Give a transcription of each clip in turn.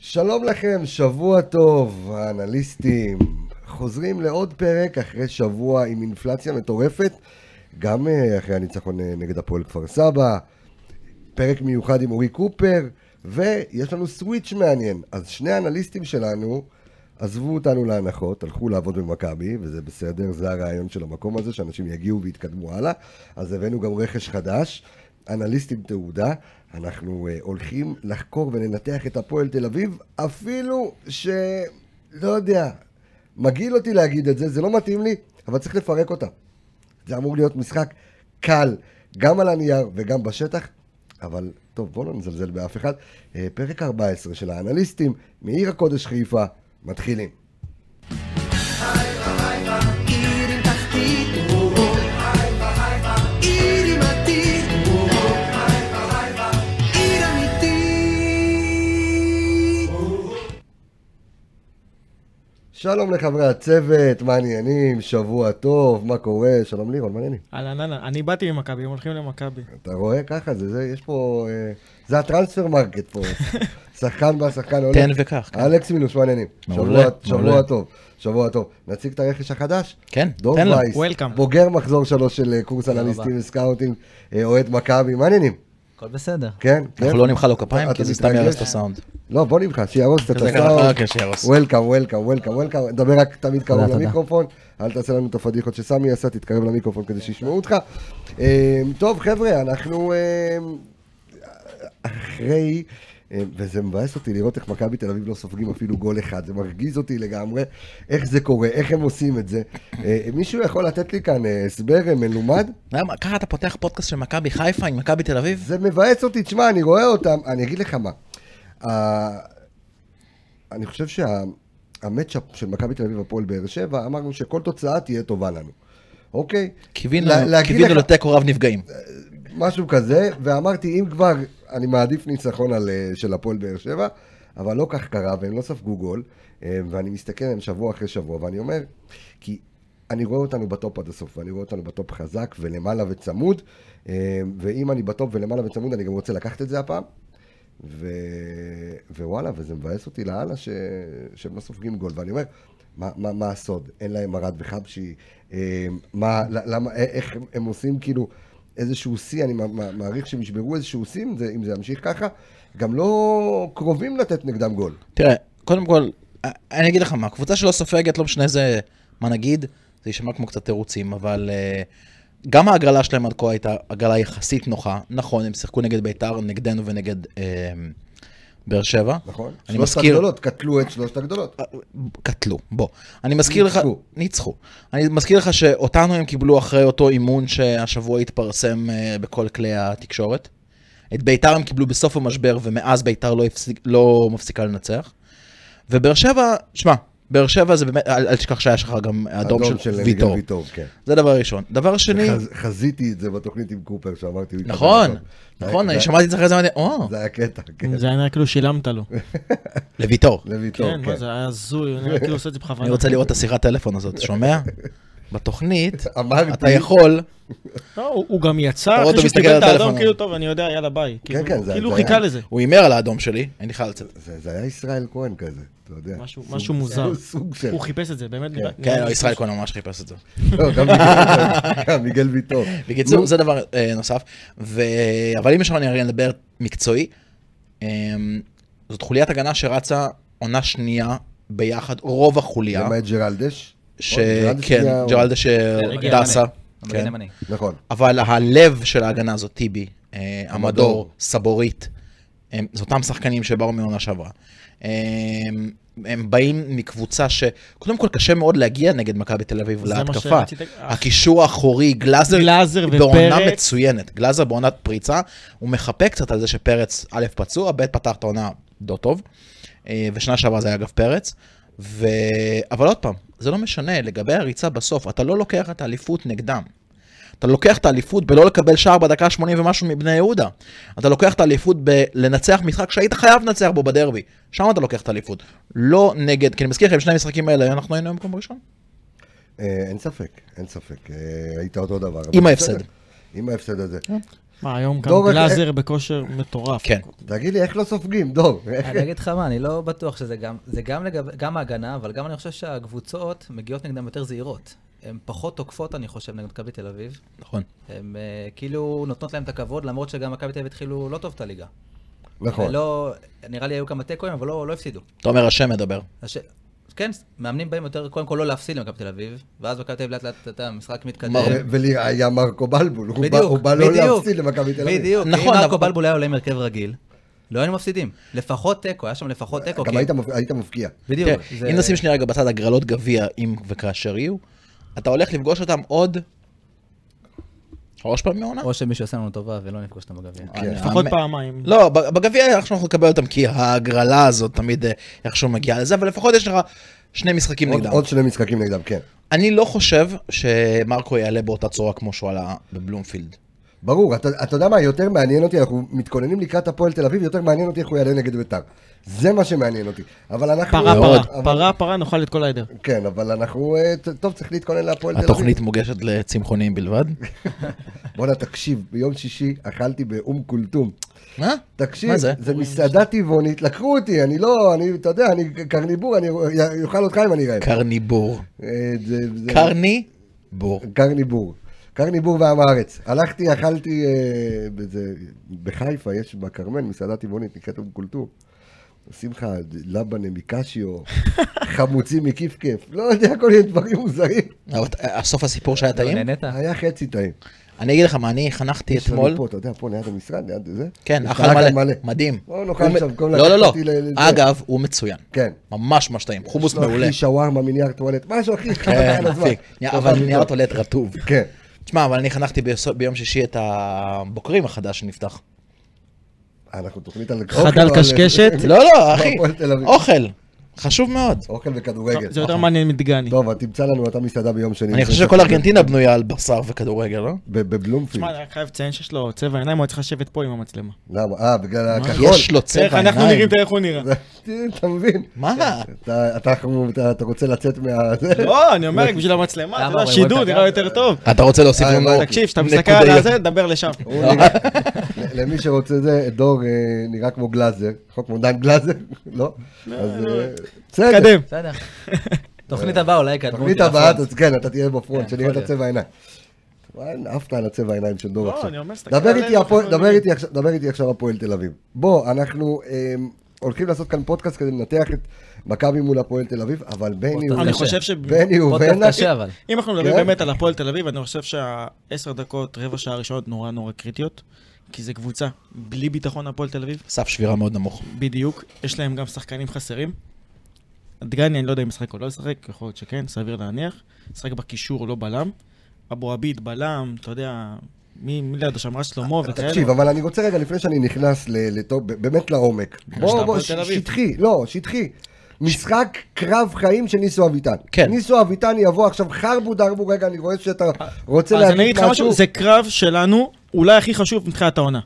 שלום לכם, שבוע טוב, האנליסטים. חוזרים לעוד פרק אחרי שבוע עם אינפלציה מטורפת, גם אחרי הניצחון נגד הפועל כפר סבא, פרק מיוחד עם אורי קופר, ויש לנו סוויץ' מעניין. אז שני האנליסטים שלנו עזבו אותנו להנחות, הלכו לעבוד במכבי, וזה בסדר, זה הרעיון של המקום הזה, שאנשים יגיעו ויתקדמו הלאה. אז הבאנו גם רכש חדש, אנליסטים תעודה. אנחנו הולכים לחקור ולנתח את הפועל תל אביב, אפילו לא יודע, מגעיל אותי להגיד את זה, זה לא מתאים לי, אבל צריך לפרק אותה. זה אמור להיות משחק קל, גם על הנייר וגם בשטח, אבל טוב, בואו לא נזלזל באף אחד. פרק 14 של האנליסטים, מעיר הקודש חיפה, מתחילים. שלום לחברי הצוות, מה העניינים? שבוע טוב, מה קורה? שלום לירון, מה העניינים? אהלן, אני באתי ממכבי, הם הולכים למכבי. אתה רואה ככה, יש פה, זה הטרנספר מרקט פה. שחקן בא, שחקן עולה. תן וכך. אלכס מינוס, מה העניינים? שבוע טוב, שבוע טוב. נציג את הרכש החדש? כן, דוב תן לו. וייס, בוגר מחזור 3 של קורס אנליסטים וסקאוטינג, אוהד מכבי, מה העניינים? הכל בסדר. כן, כן. אנחנו לא נמחא לו כפיים, כי זה סתם ירס את הסאונד. לא, בוא נמחא, שירוס את הסאונד. אוקיי, שירוס. וולקאם. דבר רק תמיד קרוב למיקרופון. אל תעשה לנו את הפדיחות שסמי עשה, תתקרב למיקרופון כדי שישמעו אותך. טוב, חבר'ה, אנחנו אחרי, וזה מבאס אותי לראות איך מכבי תל אביב לא סופגים אפילו גול אחד. זה מרגיז אותי לגמרי, איך זה קורה, איך הם עושים את זה. מישהו יכול לתת לי כאן הסבר מלומד? ככה אתה פותח פודקאסט של מכבי חיפה עם מכבי תל אביב? זה מבאס אותי, תשמע, אני רואה אותם, אני אגיד לך מה. אני חושב שהמצ'אפ של מכבי תל אביב הפועל באר שבע, אמרנו שכל תוצאה תהיה טובה לנו. אוקיי? קיווינו לתיקו רב נפגעים. משהו כזה, ואמרתי, אם כבר, אני מעדיף ניצחון של הפועל באר שבע, אבל לא כך קרה, והם לא ספגו גול, ואני מסתכל עליהם שבוע אחרי שבוע, ואני אומר, כי אני רואה אותנו בטופ עד הסוף, ואני רואה אותנו בטופ חזק ולמעלה וצמוד, ואם אני בטופ ולמעלה וצמוד, אני גם רוצה לקחת את זה הפעם, ווואלה, וזה מבאס אותי להלאה שהם לא סופגים גול, ואני אומר, מה הסוד? אין להם מרד וחבשי, איך הם עושים כאילו איזשהו שיא, אני מעריך שהם ישברו איזשהו שיא, אם זה ימשיך ככה, גם לא קרובים לתת נגדם גול. תראה, קודם כל, אני אגיד לך מה, קבוצה שלא סופגת, לא משנה זה, מה נגיד, זה יישמע כמו קצת תירוצים, אבל גם ההגרלה שלהם עד כה הייתה הגרלה יחסית נוחה. נכון, הם שיחקו נגד ביתר, נגדנו ונגד באר שבע. נכון. שלושת הגדולות, קטלו את שלושת הגדולות. קטלו, בוא. אני מזכיר לך, ניצחו. אני מזכיר לך שאותנו הם קיבלו אחרי אותו אימון שהשבוע התפרסם בכל כלי התקשורת. את ביתר הם קיבלו בסוף המשבר, ומאז ביתר לא מפסיקה לנצח. ובאר שבע, שמע, באר שבע זה באמת, אל תשכח שהיה שלך גם האדום של ויטור. זה דבר ראשון. דבר שני... חזיתי את זה בתוכנית עם קופר שאמרתי... נכון, נכון, אני שמעתי את זה אחרי זה, זה היה קטע, כן. זה היה כאילו שילמת לו. לויטור. כן, מה זה היה הזוי, אני כאילו עושה את זה בכוונה. אני רוצה לראות את השיחת טלפון הזאת, שומע? בתוכנית, אמרתי... אתה יכול... הוא גם יצא אחרי שהוא קיבל את האדום, כאילו טוב, אני יודע, יאללה ביי. כאילו הוא חיכה לזה. הוא הימר על האדום שלי, אין לי חייל לצאת. זה היה ישראל כהן כזה, אתה יודע. משהו מוזר. הוא חיפש את זה, באמת. כן, ישראל כהן ממש חיפש את זה. גם מיגל ויטור. בקיצור, זה דבר נוסף. אבל אם יש לנו אני לדבר מקצועי, זאת חוליית הגנה שרצה עונה שנייה ביחד, רוב החוליה. למעט ג'רלדש? כן, ג'רלדש דסה. נכון. אבל הלב של ההגנה הזאת, טיבי, המדור, סבורית, זה אותם שחקנים שבאו מעונה שעברה. הם באים מקבוצה שקודם כל קשה מאוד להגיע נגד מכבי תל אביב להתקפה. הקישור האחורי, גלאזר בעונה מצוינת. גלאזר בעונת פריצה, הוא מחפה קצת על זה שפרץ א' פצוע, ב' פתח את העונה לא טוב, ושנה שעברה זה היה אגב פרץ. אבל עוד פעם, זה לא משנה, לגבי הריצה בסוף, אתה לא לוקח את האליפות נגדם. אתה לוקח את האליפות בלא לקבל שער בדקה 80 ומשהו מבני יהודה. אתה לוקח את האליפות בלנצח משחק שהיית חייב לנצח בו בדרבי. שם אתה לוקח את האליפות. לא נגד, כי אני מזכיר לכם, שני המשחקים האלה, אנחנו היינו במקום ראשון. אין ספק, אין ספק. היית אותו דבר. עם ההפסד. עם ההפסד הזה. היום גם גלאזר בכושר מטורף. כן. תגיד לי, איך לא סופגים, דור? אני אגיד לך מה, אני לא בטוח שזה גם ההגנה, אבל גם אני חושב שהקבוצות מגיעות נגדם יותר זהירות. הן פחות תוקפות, אני חושב, נגד מכבי תל אביב. נכון. הן כאילו נותנות להם את הכבוד, למרות שגם מכבי תל אביב התחילו לא טוב את הליגה. נכון. נראה לי היו כמה טקואים, אבל לא הפסידו. אתה אומר, השם מדבר. כן, מאמנים באים יותר, קודם כל לא להפסיד למכבי תל אביב, ואז מכבי תל אביב לאט המשחק מתקדם. ולי היה מרקו בלבול, הוא בא לא להפסיד למכבי תל אביב. בדיוק, אם מרקו בלבול היה עולה עם הרכב רגיל, לא היינו מפסידים. לפחות טקו, היה שם לפחות טקו. גם היית מפקיע. בדיוק. אם נשים שנייה רגע בצד הגרלות גביע, אם וכאשר יהיו, אתה הולך לפגוש אותם עוד 3 פעמים מעונה? או שמישהו עושה לנו טובה ולא נפגוש אותם בגביע. לפחות פעמיים. לא, בגביע אנחנו לקבל אותם, כי ההגרלה הזאת תמיד איכשהו מגיעה לזה, אבל לפחות יש לך 2 משחקים נגדם. עוד 2 משחקים נגדם, כן. אני לא חושב שמרקו יעלה באותה צורה כמו שהוא עלה בבלומפילד. ברור, אתה יודע מה, יותר מעניין אותי, אנחנו מתכוננים לקראת הפועל תל אביב, יותר מעניין אותי איך הוא יעלה נגד בית"ר. זה מה שמעניין אותי. אבל אנחנו... פרה, נאכל את כל העדר. כן, אבל אנחנו... טוב, צריך להתכונן להפועל תל אביב. התוכנית מוגשת לצמחוניים בלבד. בוא'נה, תקשיב, ביום שישי אכלתי באום כולתום. מה? תקשיב, זה מסעדה טבעונית, לקחו אותי, אתה יודע, אני קרניבור, אני אוכל אותך אם אני רעב. קרניבור. קרניבור ועם הארץ. הלכתי, אכלתי בחיפה, יש בכרמל, מסעדה טבעונית, נקראת אום כולתום. עושים לך לבנה מקשיו, חמוצים מכיף-כיף, לא יודע, כל מיני דברים מוזרים. הסוף הסיפור שהיה טעים? היה חצי טעים. אני אגיד לך מה, אני חנכתי אתמול... פה, אתה יודע, פה ליד המשרד, ליד זה. כן, אכל מלא, מדהים. לא, אגב, הוא מצוין. כן. ממש טעים, חומוס מעולה. יש לו הכי שווארמה מנייר טואלט, משהו הכי כן, אבל נייר טואלט רטוב. כן. תשמע, אבל אני חנכתי ביום שישי את הבוקרים החדש שנפתח. אנחנו תוכנית על... חדל קשקשת? לא, אחי, אוכל. חשוב מאוד. אוכל וכדורגל. זה יותר מעניין מדגני. טוב, תמצא לנו אותה מסעדה ביום שני. אני חושב שכל ארגנטינה בנויה על בשר וכדורגל, לא? בבלומפילד. תשמע, אני חייב לציין שיש לו צבע עיניים, הוא צריך לשבת פה עם המצלמה. למה? בגלל הכחול? יש לו צבע עיניים. אנחנו נראים איך הוא נראה. אתה מבין? מה? אתה רוצה לצאת מה... לא, אני אומר, בשביל המצלמה, השידור נראה יותר טוב. אתה רוצה להוסיף לנו... תקשיב, שאתה מסתכל על זה, דבר לשם. למי שרוצה זה, דור נראה כמו גלאזר, כמו דן גלאזר, לא? קדם. בסדר. תוכנית הבאה אולי קדמו. תוכנית הבאה, כן, אתה תהיה בפרונט, שנראה את הצבע העיניים. אהבת על הצבע העיניים של דור עכשיו. דבר איתי עכשיו הפועל תל אביב. בוא, אנחנו הולכים לעשות כאן פודקאסט כדי לנתח את מכבי מול הפועל תל אביב, אבל אני חושב בני ובנה... אם אנחנו מדברים באמת על הפועל תל אביב, אני חושב שה10 דקות, רבע שעה הראשונות נורא קריטיות. כי זה קבוצה בלי ביטחון הפועל תל אביב. סף שבירה מאוד נמוך. בדיוק. יש להם גם שחקנים חסרים. דגני, אני לא יודע אם משחק או לא משחק, יכול להיות שכן, סביר להניח. משחק בקישור, לא בלם. אבו עביד, בלם, אתה יודע, מי לידו שם, רש שלמה וכאלה. תקשיב, אבל אני רוצה רגע, לפני שאני נכנס באמת לעומק. בוא, שטחי. משחק קרב חיים של ניסו אביטן. כן. ניסו אביטן יבוא עכשיו חרבו דרבו, רגע, אני רואה שאתה רוצה להגיד משהו. אז אני אגיד לך משהו, זה קרב שלנו, אולי הכי חשוב מתחילת העונה.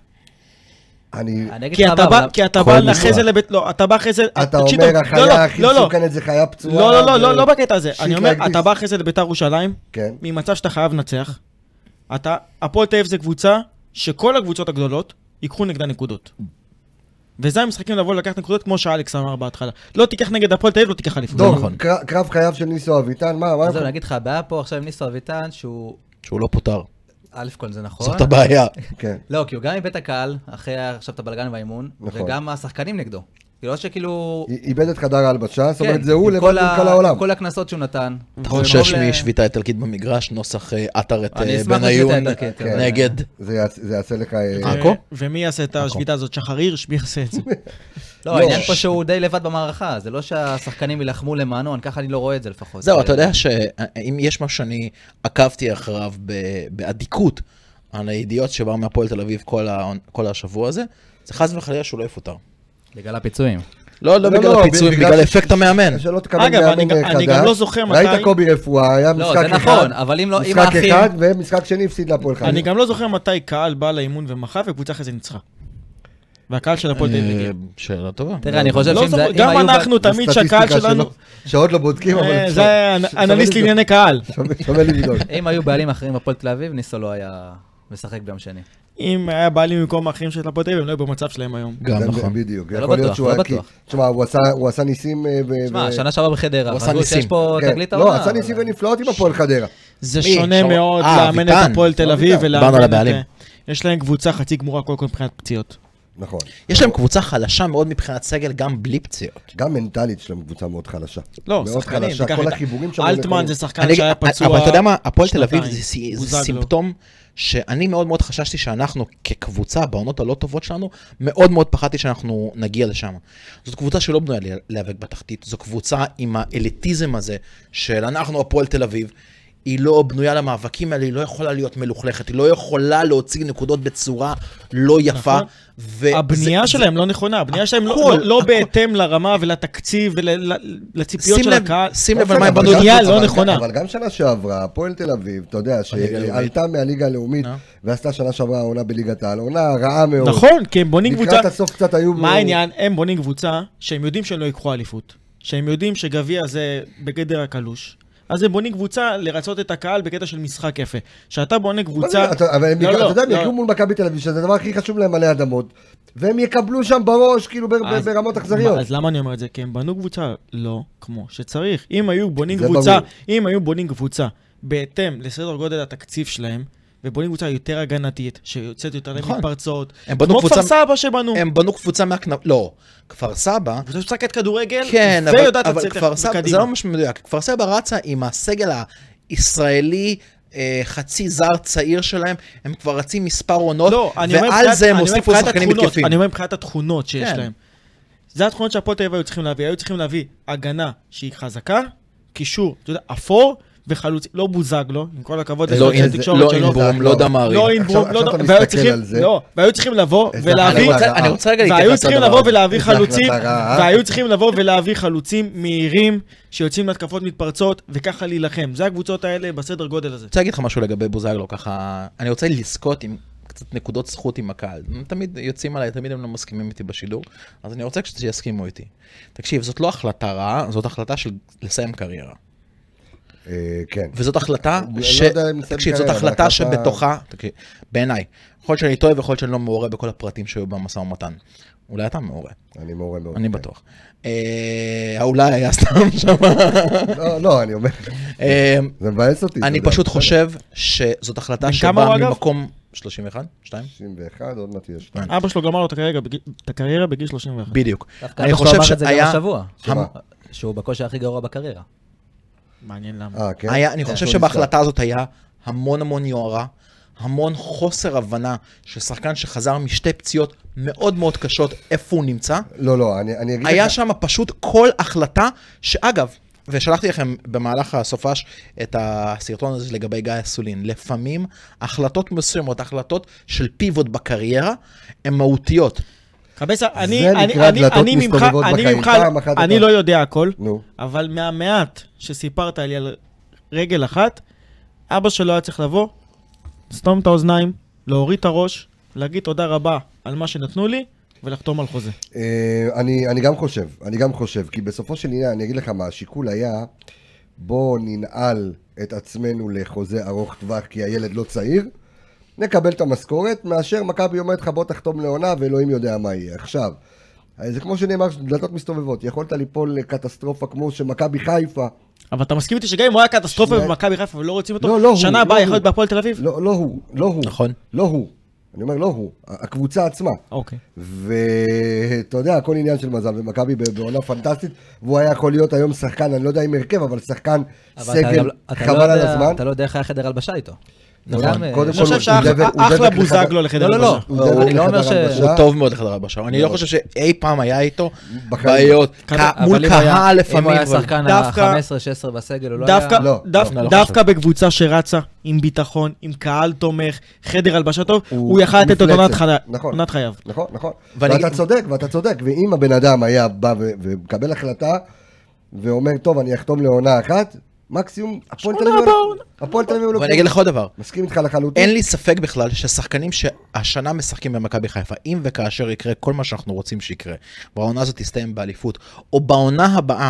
כי אתה בא אחרי זה לבית, לא, אתה בא אחרי זה... אתה אומר, החיה הכי מסוכנת זה חיה פצועה. לא בקטע הזה. אני אומר, אתה בא אחרי זה לבית"ר ירושלים, ממצב שאתה חייב לנצח. הפועל תל אביב זה קבוצה שכל הקבוצות הגדולות ייקחו נגדה נקודות. וזה הם משחקים לבוא לקחת נקודות כמו שאלכס אמר בהתחלה. לא תיקח נגד הפועל תל אביב, לא תיקח אליפות. דור, קרב חייו של ניסו אביטן, מה? אז אני אגיד לך, הבעיה פה עכשיו עם ניסו אביטן שהוא לא פוטר. א' כל זה נכון. זאת הבעיה. לא, כי הוא גם מבית הקהל, אחרי עכשיו את הבלגן והאימון, וגם השחקנים נגדו. כאילו שכאילו... איבד את חדר ההלבשה, זאת אומרת, זה הוא לבד מכל העולם. כל הכנסות שהוא נתן. אתה חושש משביתה איטלקית במגרש, נוסח עטר את בניון נגד... זה יעשה לך... עכו? ומי יעשה את השביתה הזאת? שחר הירש? מי יעשה את זה? לא, העניין פה שהוא די לבד במערכה, זה לא שהשחקנים ילחמו למענו, ככה אני לא רואה את זה לפחות. זהו, אתה יודע שאם יש משהו שאני עקבתי אחריו באדיקות על הידיעות שבאו מהפועל תל אביב כל השבוע הזה, זה חס וחלילה שהוא לא יפוטר. בגלל הפיצויים. לא בגלל הפיצויים, בגלל אפקט המאמן. אגב, אני גם לא זוכר מתי... ראית קובי רפואה, היה משחק אחד, משחק אחד ומשחק שני הפסיד להפועל חיפה. אני גם לא זוכר מתי קהל בא לאימון ומחה וקבוצה אחרי זה ניצחה. והקהל של הפועל תל אביב. שאלה טובה. תראה, אני חושב שאם זה... גם אנחנו תמיד שהקהל שלנו... שעוד לא בודקים, אבל... זה אנליסט לענייני קהל. שווה לי גדול. אם היו בעלים אחרים בפועל תל אביב, ניסו לא היה משחק ביום שני. אם היה בעלים במקום האחרים של הפועל תל אביב, הם לא היו במצב שלהם היום. גם נכון. בדיוק. לא בטוח, לא בטוח. תשמע, הוא עשה ניסים... תשמע, שנה שעברה בחדרה. הוא עשה ניסים. יש פה תגלית העונה. לא, עשה ניסים ונפלאות עם הפועל חדרה. זה שונה מאוד לאמן את הפועל תל אביב ולאמן את... יש להם קבוצה חצי גמורה כל מבחינת פציעות. נכון. יש להם קבוצה חלשה מאוד מבחינת סגל, גם בלי פציעות. גם מנטלית יש להם קבוצה מאוד חלשה. לא, שחקנים. כל החיבורים שם... אלטמן זה שחקן שהיה פצוע... אבל אתה יודע מה, הפועל תל אביב זה סימפטום שאני מאוד מאוד חששתי שאנחנו כקבוצה, בעונות הלא טובות שלנו, מאוד מאוד פחדתי שאנחנו נגיע לשם. זאת קבוצה שלא בנויה להיאבק בתחתית, זו קבוצה עם האליטיזם הזה של אנחנו הפועל תל אביב, היא לא בנויה למאבקים האלה, היא לא יכולה להיות מלוכלכת, היא לא יכולה להוציא נקודות בצורה לא יפה. הבנייה שלהם לא נכונה, הבנייה שלהם לא בהתאם לרמה ולתקציב ולציפיות של הקהל. שים לב על מה הבנייה לא נכונה. אבל גם שנה שעברה, הפועל תל אביב, אתה יודע, שעלתה מהליגה הלאומית, ועשתה שנה שעברה עונה בליגת העל, עונה רעה מאוד. נכון, כי הם בונים קבוצה... לקראת הסוף קצת היו... מה העניין? הם בונים קבוצה שהם יודעים שהם לא יקחו אליפות. שהם יודעים שגביע זה בגדר הקלוש. אז הם בונים קבוצה לרצות את הקהל בקטע של משחק יפה. שאתה בונה קבוצה... אבל הם יקלו מול מכבי תל אביב, שזה הדבר הכי חשוב להם עלי אדמות, והם יקבלו שם בראש, כאילו ברמות אכזריות. אז למה אני אומר את זה? כי הם בנו קבוצה לא כמו שצריך. אם היו בונים קבוצה בהתאם לסדר גודל התקציב שלהם, ובונים קבוצה יותר הגנתית, שיוצאת יותר למתפרצות, כמו כפר סבא שבנו. הם בנו קבוצה לא, כפר סבא... קבוצה שצחקת כדורגל, כן, ויודעת אבל לצאת כפר סבא, קדימה. זה לא ממש מדויק. כפר סבא רצה עם הסגל הישראלי, חצי זר צעיר שלהם, הם כבר רצים מספר עונות, ועל זה הם הוסיפו שחקנים מתקפים. אני אומר מבחינת התכונות שיש להם. זה התכונות שהפועל תל אביב היו צריכים להביא. היו צריכים להביא הגנה שהיא חזקה, קישור, אתה יודע, אפור, וחלוצי, לא בוזגלו, עם כל הכבוד, לא אינברום, לא דמרי. לא אינברום, והיו צריכים לבוא ולהביא, והיו צריכים לבוא ולהביא חלוצים מהירים, שיוצאים להתקפות מתפרצות, וככה להילחם. זה הקבוצות האלה בסדר גודל הזה. אני רוצה להגיד לך משהו לגבי בוזגלו, ככה, אני רוצה לזכות עם קצת נקודות זכות עם הקהל. תמיד יוצאים עליי, תמיד הם לא מסכימים איתי בשידור, אז אני רוצה שיסכימו איתי. תקשיב, זאת לא החלטה רעה, זאת החלטה של לסיים קריירה. כן. וזאת החלטה תקשיב, זאת החלטה שבתוכה, בעיניי, יכול להיות שאני טועה ויכול להיות שאני לא מעורה בכל הפרטים שהיו במשא ומתן. אולי אתה מעורה. אני מעורה מאוד. אני בטוח. אולי היה סתם שם. לא, אני אומר. זה מבאס אותי. אני פשוט חושב שזאת החלטה שבאה ממקום 31? 2? 31, עוד מעט יש. אבא שלו גמר לו את הקריירה בגיל 31. בדיוק. אני חושב שהיה... שהוא בקושי הכי גרוע בקריירה. מעניין למה. אני חושב שבהחלטה הזאת היה המון יוהרה, המון חוסר הבנה של שחקן שחזר משתי פציעות מאוד מאוד קשות, איפה הוא נמצא. לא, אני אגיד... היה שם פשוט כל החלטה, שאגב, ושלחתי לכם במהלך הסופש את הסרטון הזה לגבי גיא אסולין, לפעמים החלטות מסוימות, החלטות של פיבוט בקריירה, הן מהותיות. חבסה, אני לא יודע הכל, אבל מהמעט שסיפרת לי על רגל אחת, אבא שלו היה צריך לבוא, סתום את האוזניים, להוריד את הראש, להגיד תודה רבה על מה שנתנו לי, ולחתום על חוזה. אני גם חושב, כי בסופו של עניין, אני אגיד לך מה, השיקול היה, בוא ננעל את עצמנו לחוזה ארוך טווח, כי הילד לא צעיר, נקבל את המשכורת, מאשר מכבי אומרת לך בוא תחתום לעונה, ואלוהים יודע מה יהיה. עכשיו, זה כמו שנאמר, דלתות מסתובבות, יכולת ליפול לקטסטרופה כמו שמכבי חיפה. אבל אתה מסכים איתי שגם אם הוא היה קטסטרופה במכבי חיפה ולא רוצים אותו, שנה הבאה יכול להיות בהפועל תל אביב? לא הוא. נכון. לא הוא. אני אומר לא הוא, הקבוצה עצמה. אוקיי. ואתה יודע, הכל עניין של מזל, ומכבי בעונה פנטסטית, והוא היה יכול להיות היום שחקן, אני לא יודע אם הרכב, אבל שחקן סגל חבל על הזמן. אתה לא יודע איך היה חדר הלבשה איתו. אני חושב שאחלה בוזגלו לחדר הלבשה. אני לא אומר הוא טוב מאוד לחדר הלבשה. אני לא חושב שאי פעם היה איתו בעיות מול קהל לפעמים. אם הוא היה שחקן ה-15-16 בסגל, הוא לא היה... דווקא בקבוצה שרצה עם ביטחון, עם קהל תומך, חדר הלבשה טוב, הוא יכל לתת את עונת חייו. נכון. ואתה צודק, ואם הבן אדם היה בא ומקבל החלטה, ואומר, טוב, אני אחתום לעונה אחת, מקסימום, הפועל תל אביב. ואני אגיד לך עוד דבר. מסכים איתך לחלוטין. אין לי ספק בכלל ששחקנים שהשנה משחקים במכבי חיפה, אם וכאשר יקרה כל מה שאנחנו רוצים שיקרה, והעונה הזאת תסתיים באליפות, או בעונה הבאה,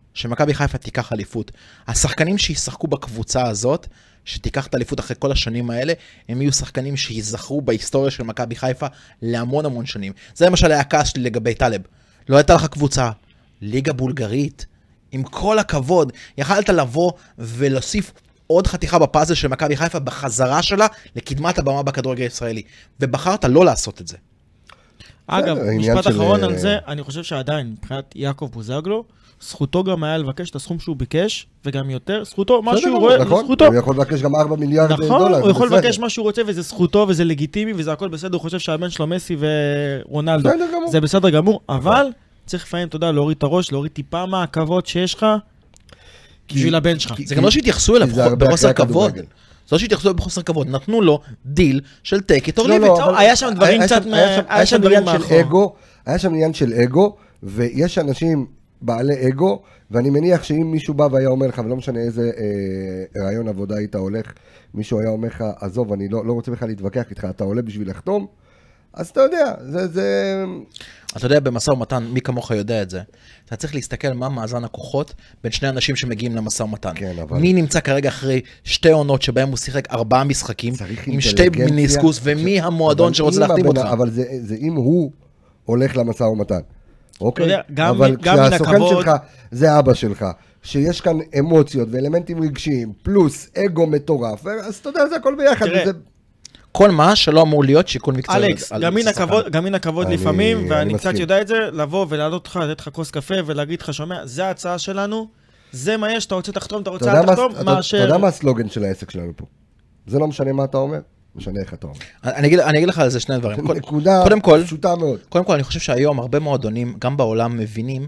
שמכבי חיפה תיקח אליפות. השחקנים שישחקו בקבוצה הזאת, שתיקח את האליפות אחרי כל השנים האלה, הם יהיו שחקנים שיזכרו בהיסטוריה של מכבי חיפה להמון המון שנים. זה למשל היה הכעס שלי לגבי טלב. לא הייתה לך קבוצה, ליגה בולגרית, עם כל הכבוד, יכלת לבוא ולהוסיף עוד חתיכה בפאזל של מכבי חיפה בחזרה שלה לקדמת הבמה בכדורגל הישראלי, ובחרת לא לעשות את זה. אגב, משפט אחרון על זה, אני חושב שעדיין, מבחינת יעקב בוזגלו, זכותו גם היה לבקש את הסכום שהוא ביקש, וגם יותר, זכותו, מה שהוא רואה, נכון, זכותו. הוא יכול לבקש גם 4 מיליארד דולר. נכון, הוא יכול לבקש מה שהוא רוצה, וזה זכותו, וזה לגיטימי, וזה הכל בסדר, הוא חושב שהבן שלו מסי ורונלדו. זה בסדר גמור, אבל צריך לפעמים, אתה יודע, להוריד את הראש, להוריד טיפה מהכבוד שיש לך, בשביל הבן שלך. זה גם לא שהתייחסו אליו בחוסר כבוד. זה לא שהתייחסו אליו בחוסר כבוד, נתנו לו דיל של take it or leave it. היה שם דברים קצת, היה שם דברים מאחור. היה שם עניין של אגו, ויש אנשים בעלי אגו, ואני מניח שאם מישהו בא והיה אומר לך, ולא משנה איזה רעיון עבודה היית הולך, מישהו היה אומר לך, עזוב, אני לא רוצה בכלל להתווכח איתך, אתה עולה בשביל לחתום, אז אתה יודע, זה... אתה יודע, במשא ומתן, מי כמוך יודע את זה. אתה צריך להסתכל מה מאזן הכוחות בין שני אנשים שמגיעים למשא ומתן. כן, אבל... מי נמצא כרגע אחרי 2 עונות שבהם הוא שיחק 4 משחקים, עם 2 מיניסקוס, ומי המועדון שרוצה להחתים אותך. אבל זה אם הוא הולך למשא ומתן. אוקיי? אבל כשהסוכן שלך זה אבא שלך, שיש כאן אמוציות ואלמנטים רגשיים, פלוס אגו מטורף, אז אתה יודע, זה הכל ביחד. כל מה שלא אמור להיות שיקול מקצועי. אלכס, גם מן הכבוד לפעמים, ואני קצת יודע את זה, לבוא ולעלות אותך, לתת לך כוס קפה ולהגיד לך, שומע, זה ההצעה שלנו, זה מה יש, אתה רוצה תחתום, אתה רוצה תחתום, מאשר... אתה יודע מה הסלוגן של העסק שלנו פה? זה לא משנה מה אתה אומר, משנה איך אתה אומר. אני אגיד לך על זה 2 דברים. נקודה פשוטה מאוד. קודם כל, אני חושב שהיום הרבה מועדונים, גם בעולם, מבינים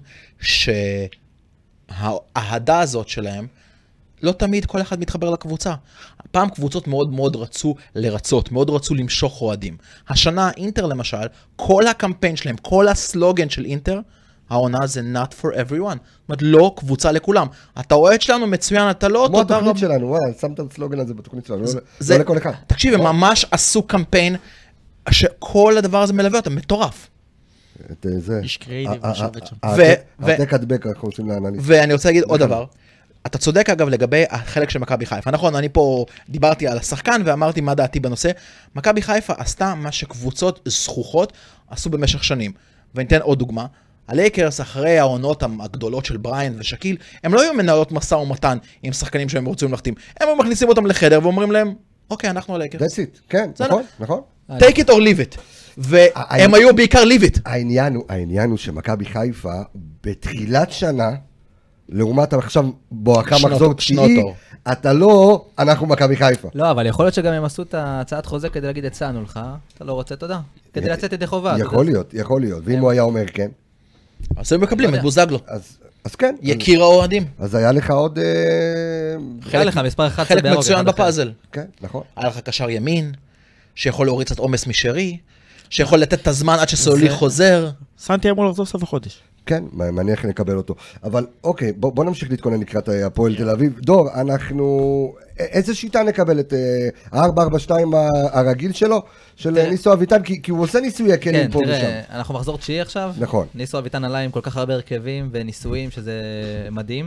שהאהדה הזאת שלהם, לא תמיד כל אחד מתחבר לקבוצה. פעם קבוצות מאוד מאוד רצו לרצות, מאוד רצו למשוך אוהדים. השנה, אינטר למשל, כל הקמפיין שלהם, כל הסלוגן של אינטר, העונה זה not for everyone. זאת אומרת, לא קבוצה לכולם. אתה אוהד שלנו מצוין, אתה לא... כמו התוכנית שלנו, וואי, שמת את הסלוגן הזה בתוכנית שלנו, לא לכל אחד. תקשיב, הם ממש עשו קמפיין שכל הדבר הזה מלווה אותם, מטורף. את זה. איש קריאיטיב, משבת שם. העתק הדבק, אנחנו עושים לאנליסט. ואני רוצה להגיד עוד דבר. אתה צודק אגב לגבי החלק של מכבי חיפה. נכון, אני פה דיברתי על השחקן ואמרתי מה דעתי בנושא. מכבי חיפה עשתה מה שקבוצות זכוכות עשו במשך שנים. וניתן עוד דוגמה. הלייקרס אחרי העונות הגדולות של בריין ושקיל, הם לא היו מנהלות משא ומתן עם שחקנים שהם רוצים להחתים. הם היו מכניסים אותם לחדר ואומרים להם, אוקיי, אנחנו הלייקרס. That's it, כן, נכון, נכון. Take it or leave it. והם היו בעיקר leave it. העניין הוא שמכבי חיפה בתחילת שנה, לעומת עכשיו בואכה מחזור תשיעי, אתה לא, אנחנו מכבי חיפה. לא, אבל יכול להיות שגם הם עשו את הצעת חוזה כדי להגיד הצענו לך, אתה לא רוצה, תודה. כדי לצאת ידי חובה. יכול להיות, ואם הוא היה אומר כן. אז הם מקבלים את בוזגלו. אז כן. יקיר האוהדים. אז היה לך עוד... היה לך מספר 11 חלק מצוין בפאזל. כן, נכון. היה לך קשר ימין, שיכול להוריד קצת עומס משרי, שיכול לתת את הזמן עד שסולי חוזר. סנטי אמור לחזור סוף החודש. כן, מניח נקבל אותו. אבל אוקיי, בוא נמשיך להתכונן לקראת הפועל תל אביב. דור, אנחנו... איזה שיטה נקבל את 4-4-2 הרגיל שלו, של ניסו אביטן? כי הוא עושה ניסוי הכלים פה ושם. כן, תראה, אנחנו מחזור 9 עכשיו. נכון. ניסו אביטן עלה עם כל כך הרבה הרכבים וניסויים, שזה מדהים.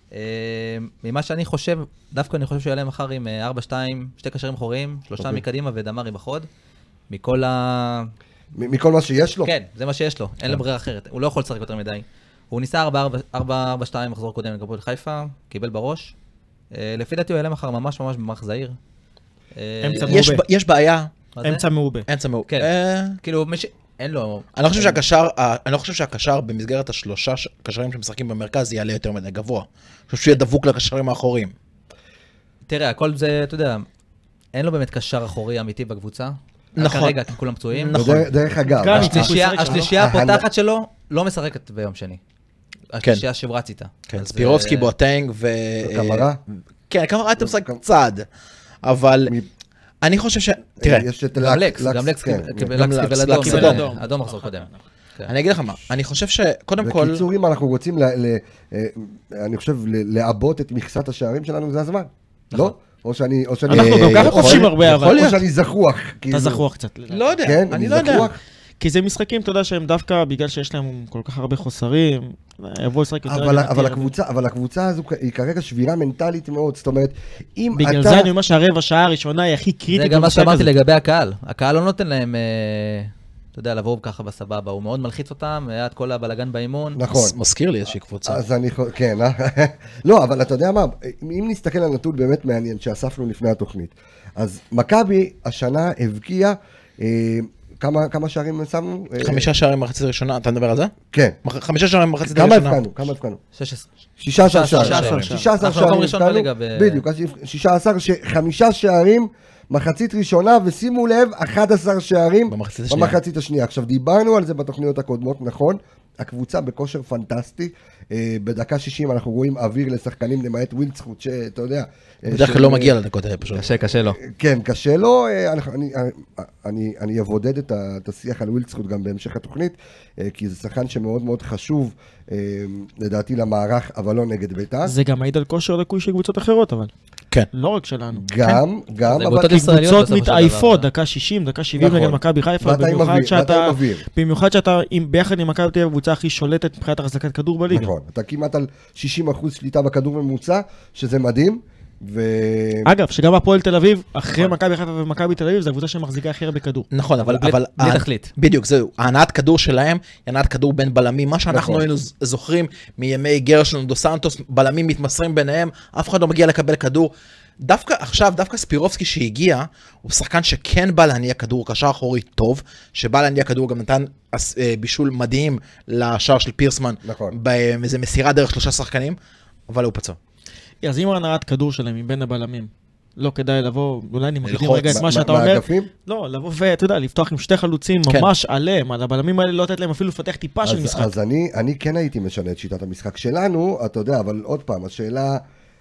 ממה שאני חושב, דווקא אני חושב שהוא יעלה מחר עם 4-2, 2 קשרים אחוריים, 3 מקדימה ודמרי בחוד. מכל מה שיש לו? כן, זה מה שיש לו, אין לו ברירה אחרת, הוא לא יכול לשחק יותר מדי. הוא ניסה 4-4-2 מחזור קודם לגבי חיפה, קיבל בראש. לפי דעתי הוא יעלה מחר ממש במערך זהיר. יש בעיה. אמצע מעובה. כן, כאילו אין לו... אני לא חושב שהקשר במסגרת השלושה קשרים שמשחקים במרכז יעלה יותר מדי גבוה. אני חושב שהוא יהיה דבוק לקשרים האחוריים. תראה, הכל זה, אתה יודע, אין לו באמת קשר אחורי אמיתי בקבוצה. נכון. כרגע, כי כולם פצועים. נכון. דרך אגב. השלישייה הפותחת שלו לא משחקת ביום שני. השלישייה שברץ איתה. כן, ספירובסקי, בואטנג קמרה? כן, קמרה הייתה משחק צד. אבל אני חושב ש... תראה. גם לקס קיבל אדום מחזור קודם. אני אגיד לך מה, אני חושב שקודם כל... בקיצור, אם אנחנו רוצים, אני חושב, לעבות את מכסת השערים שלנו, זה הזמן. לא? או שאני... אנחנו גם ככה חופשים הרבה, אבל... או שאני זכוח. אתה זכוח קצת. לא יודע, כן, אני לא יודע. כי זה משחקים, אתה יודע, שהם דווקא, בגלל שיש להם כל כך הרבה חוסרים, יבוא לשחק יותר. אבל הקבוצה הזו היא כרגע שבירה מנטלית מאוד, זאת אומרת, אם אתה... בגלל זה אני אומר שהרבע שעה הראשונה היא הכי קריטית. זה גם מה שאמרתי לגבי הקהל. הקהל לא נותן להם, אתה יודע, לבוא ככה בסבבה, הוא מאוד מלחיץ אותם, היה את כל הבלגן באימון. נכון. מזכיר לי איזושהי קבוצה. אז אני, כן, לא, אבל אתה יודע מה, אם נסתכל על נתון באמת מעניין שאספנו לפני התוכנית, אז מכבי השנה הבקיעה, כמה שערים שמנו? 5 שערים במחצית הראשונה, אתה מדבר על זה? כן. 5 שערים במחצית הראשונה. כמה הבקענו? 16. 16 שערים. 16 שערים. מקום ראשון בליגה. בדיוק, 16, 5 שערים, מחצית ראשונה, ושימו לב, 11 שערים במחצית השנייה. עכשיו, דיברנו על זה בתוכניות הקודמות, נכון? הקבוצה בכושר פנטסטי, בדקה 60 אנחנו רואים אוויר לשחקנים למעט ווילדסחוט, שאתה יודע... בדרך כלל לא מגיע לדקות האלה פשוט. קשה לו. כן, קשה לו, אני אבודד את השיח על ווילדסחוט גם בהמשך התוכנית, כי זה שחקן שמאוד מאוד חשוב, לדעתי למערך, אבל לא נגד בית"ר. זה גם מעיד על כושר לקוי של קבוצות אחרות, אבל. כן. לא רק שלנו. גם, אבל קבוצות מתעייפות, דקה 60, דקה 70 נגד מכבי חיפה, במיוחד שאתה ביחד עם מכבי תל אביב הקבוצה הכי שולטת מבחינת החזקת כדור בליגה. נכון, אתה כמעט על 60% שליטה בכדור ממוצע, שזה מדהים. אגב, שגם הפועל תל אביב, אחרי מכבי חיפה ומכבי תל אביב, זו הקבוצה שמחזיקה הכי הרבה בכדור. נכון, אבל... בלי תכלית. בדיוק, זהו. ההנעת כדור שלהם, הנעת כדור בין בלמים, מה שאנחנו היינו זוכרים מימי גרשון דו סנטוס, בלמים מתמסרים ביניהם, אף אחד לא מגיע לקבל כדור. דווקא עכשיו, דווקא ספירובסקי שהגיע, הוא שחקן שכן בא להניע כדור, קשר אחורי טוב, שבא להניע כדור, גם נתן בישול מדהים לשער של פירסמן, באיזה מסירה דרך 3 שחקנים, אבל הוא פצוע. אז אם הנעת כדור שלהם מבין הבלמים, לא כדאי לבוא, אולי אני מקדים רגע את מה שאתה אומר. מהאגפים? לא, לבוא ואתה יודע, לפתוח עם 2 חלוצים ממש עליהם, על הבלמים האלה לא לתת להם אפילו לפתח טיפה של משחק. אז אני כן הייתי משנה את שיטת המשחק שלנו, אתה יודע, אבל עוד פעם, השאלה...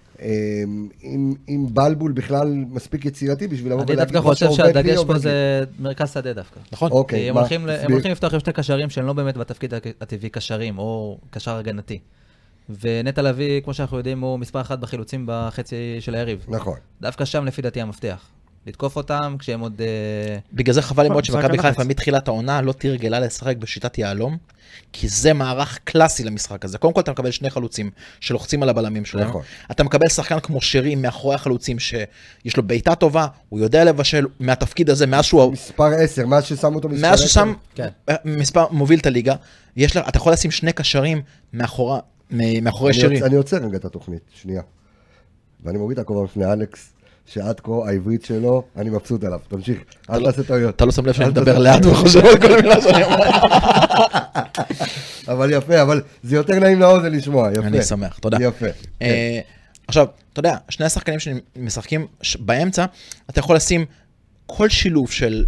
אם בלבול בכלל מספיק יצירתי בשביל לבוא ולהגיד... אני דווקא חושב שהדגש פה זה מרכז שדה דווקא. נכון. כי הם הולכים לפתוח עם 2 קשרים שהם לא באמת בתפקיד הטבעי קשרים, או קשר הגנתי. ונטע לביא, כמו שאנחנו יודעים, הוא מספר 1 בחילוצים בחצי של היריב. נכון. דווקא שם לפי דעתי המפתח. לתקוף אותם כשהם עוד... בגלל זה חבל לי מאוד שמכבי חיפה מתחילת העונה לא תרגלה לשחק בשיטת יהלום, כי זה מערך קלאסי למשחק הזה. קודם כל אתה מקבל 2 חלוצים שלוחצים על הבלמים שלהם. נכון. אתה מקבל שחקן כמו שרי מאחורי החלוצים שיש לו בעיטה טובה, הוא יודע לבשל מהתפקיד הזה, מאז שהוא... מספר 10, מאז ששמו אותו מספר 10. מאז ששם מספר מוביל את הליגה, אתה יכול לשים 2 קשרים מאחורי שרי. אני עוצר רגע את התוכנית, שנייה. ואני מוריד הכובע בפני אלכס. שעד כה העברית שלו, אני מבסוט עליו. תמשיך, אל תעשה טעויות. אתה לא שם לב שאני מדבר לאט וחושב על כל מילה שאני אומר. אבל יפה, אבל זה יותר נעים לאוזן לשמוע, יפה. אני שמח, תודה. יפה. עכשיו, אתה יודע, 2 השחקנים שמשחקים באמצע, אתה יכול לשים כל שילוב של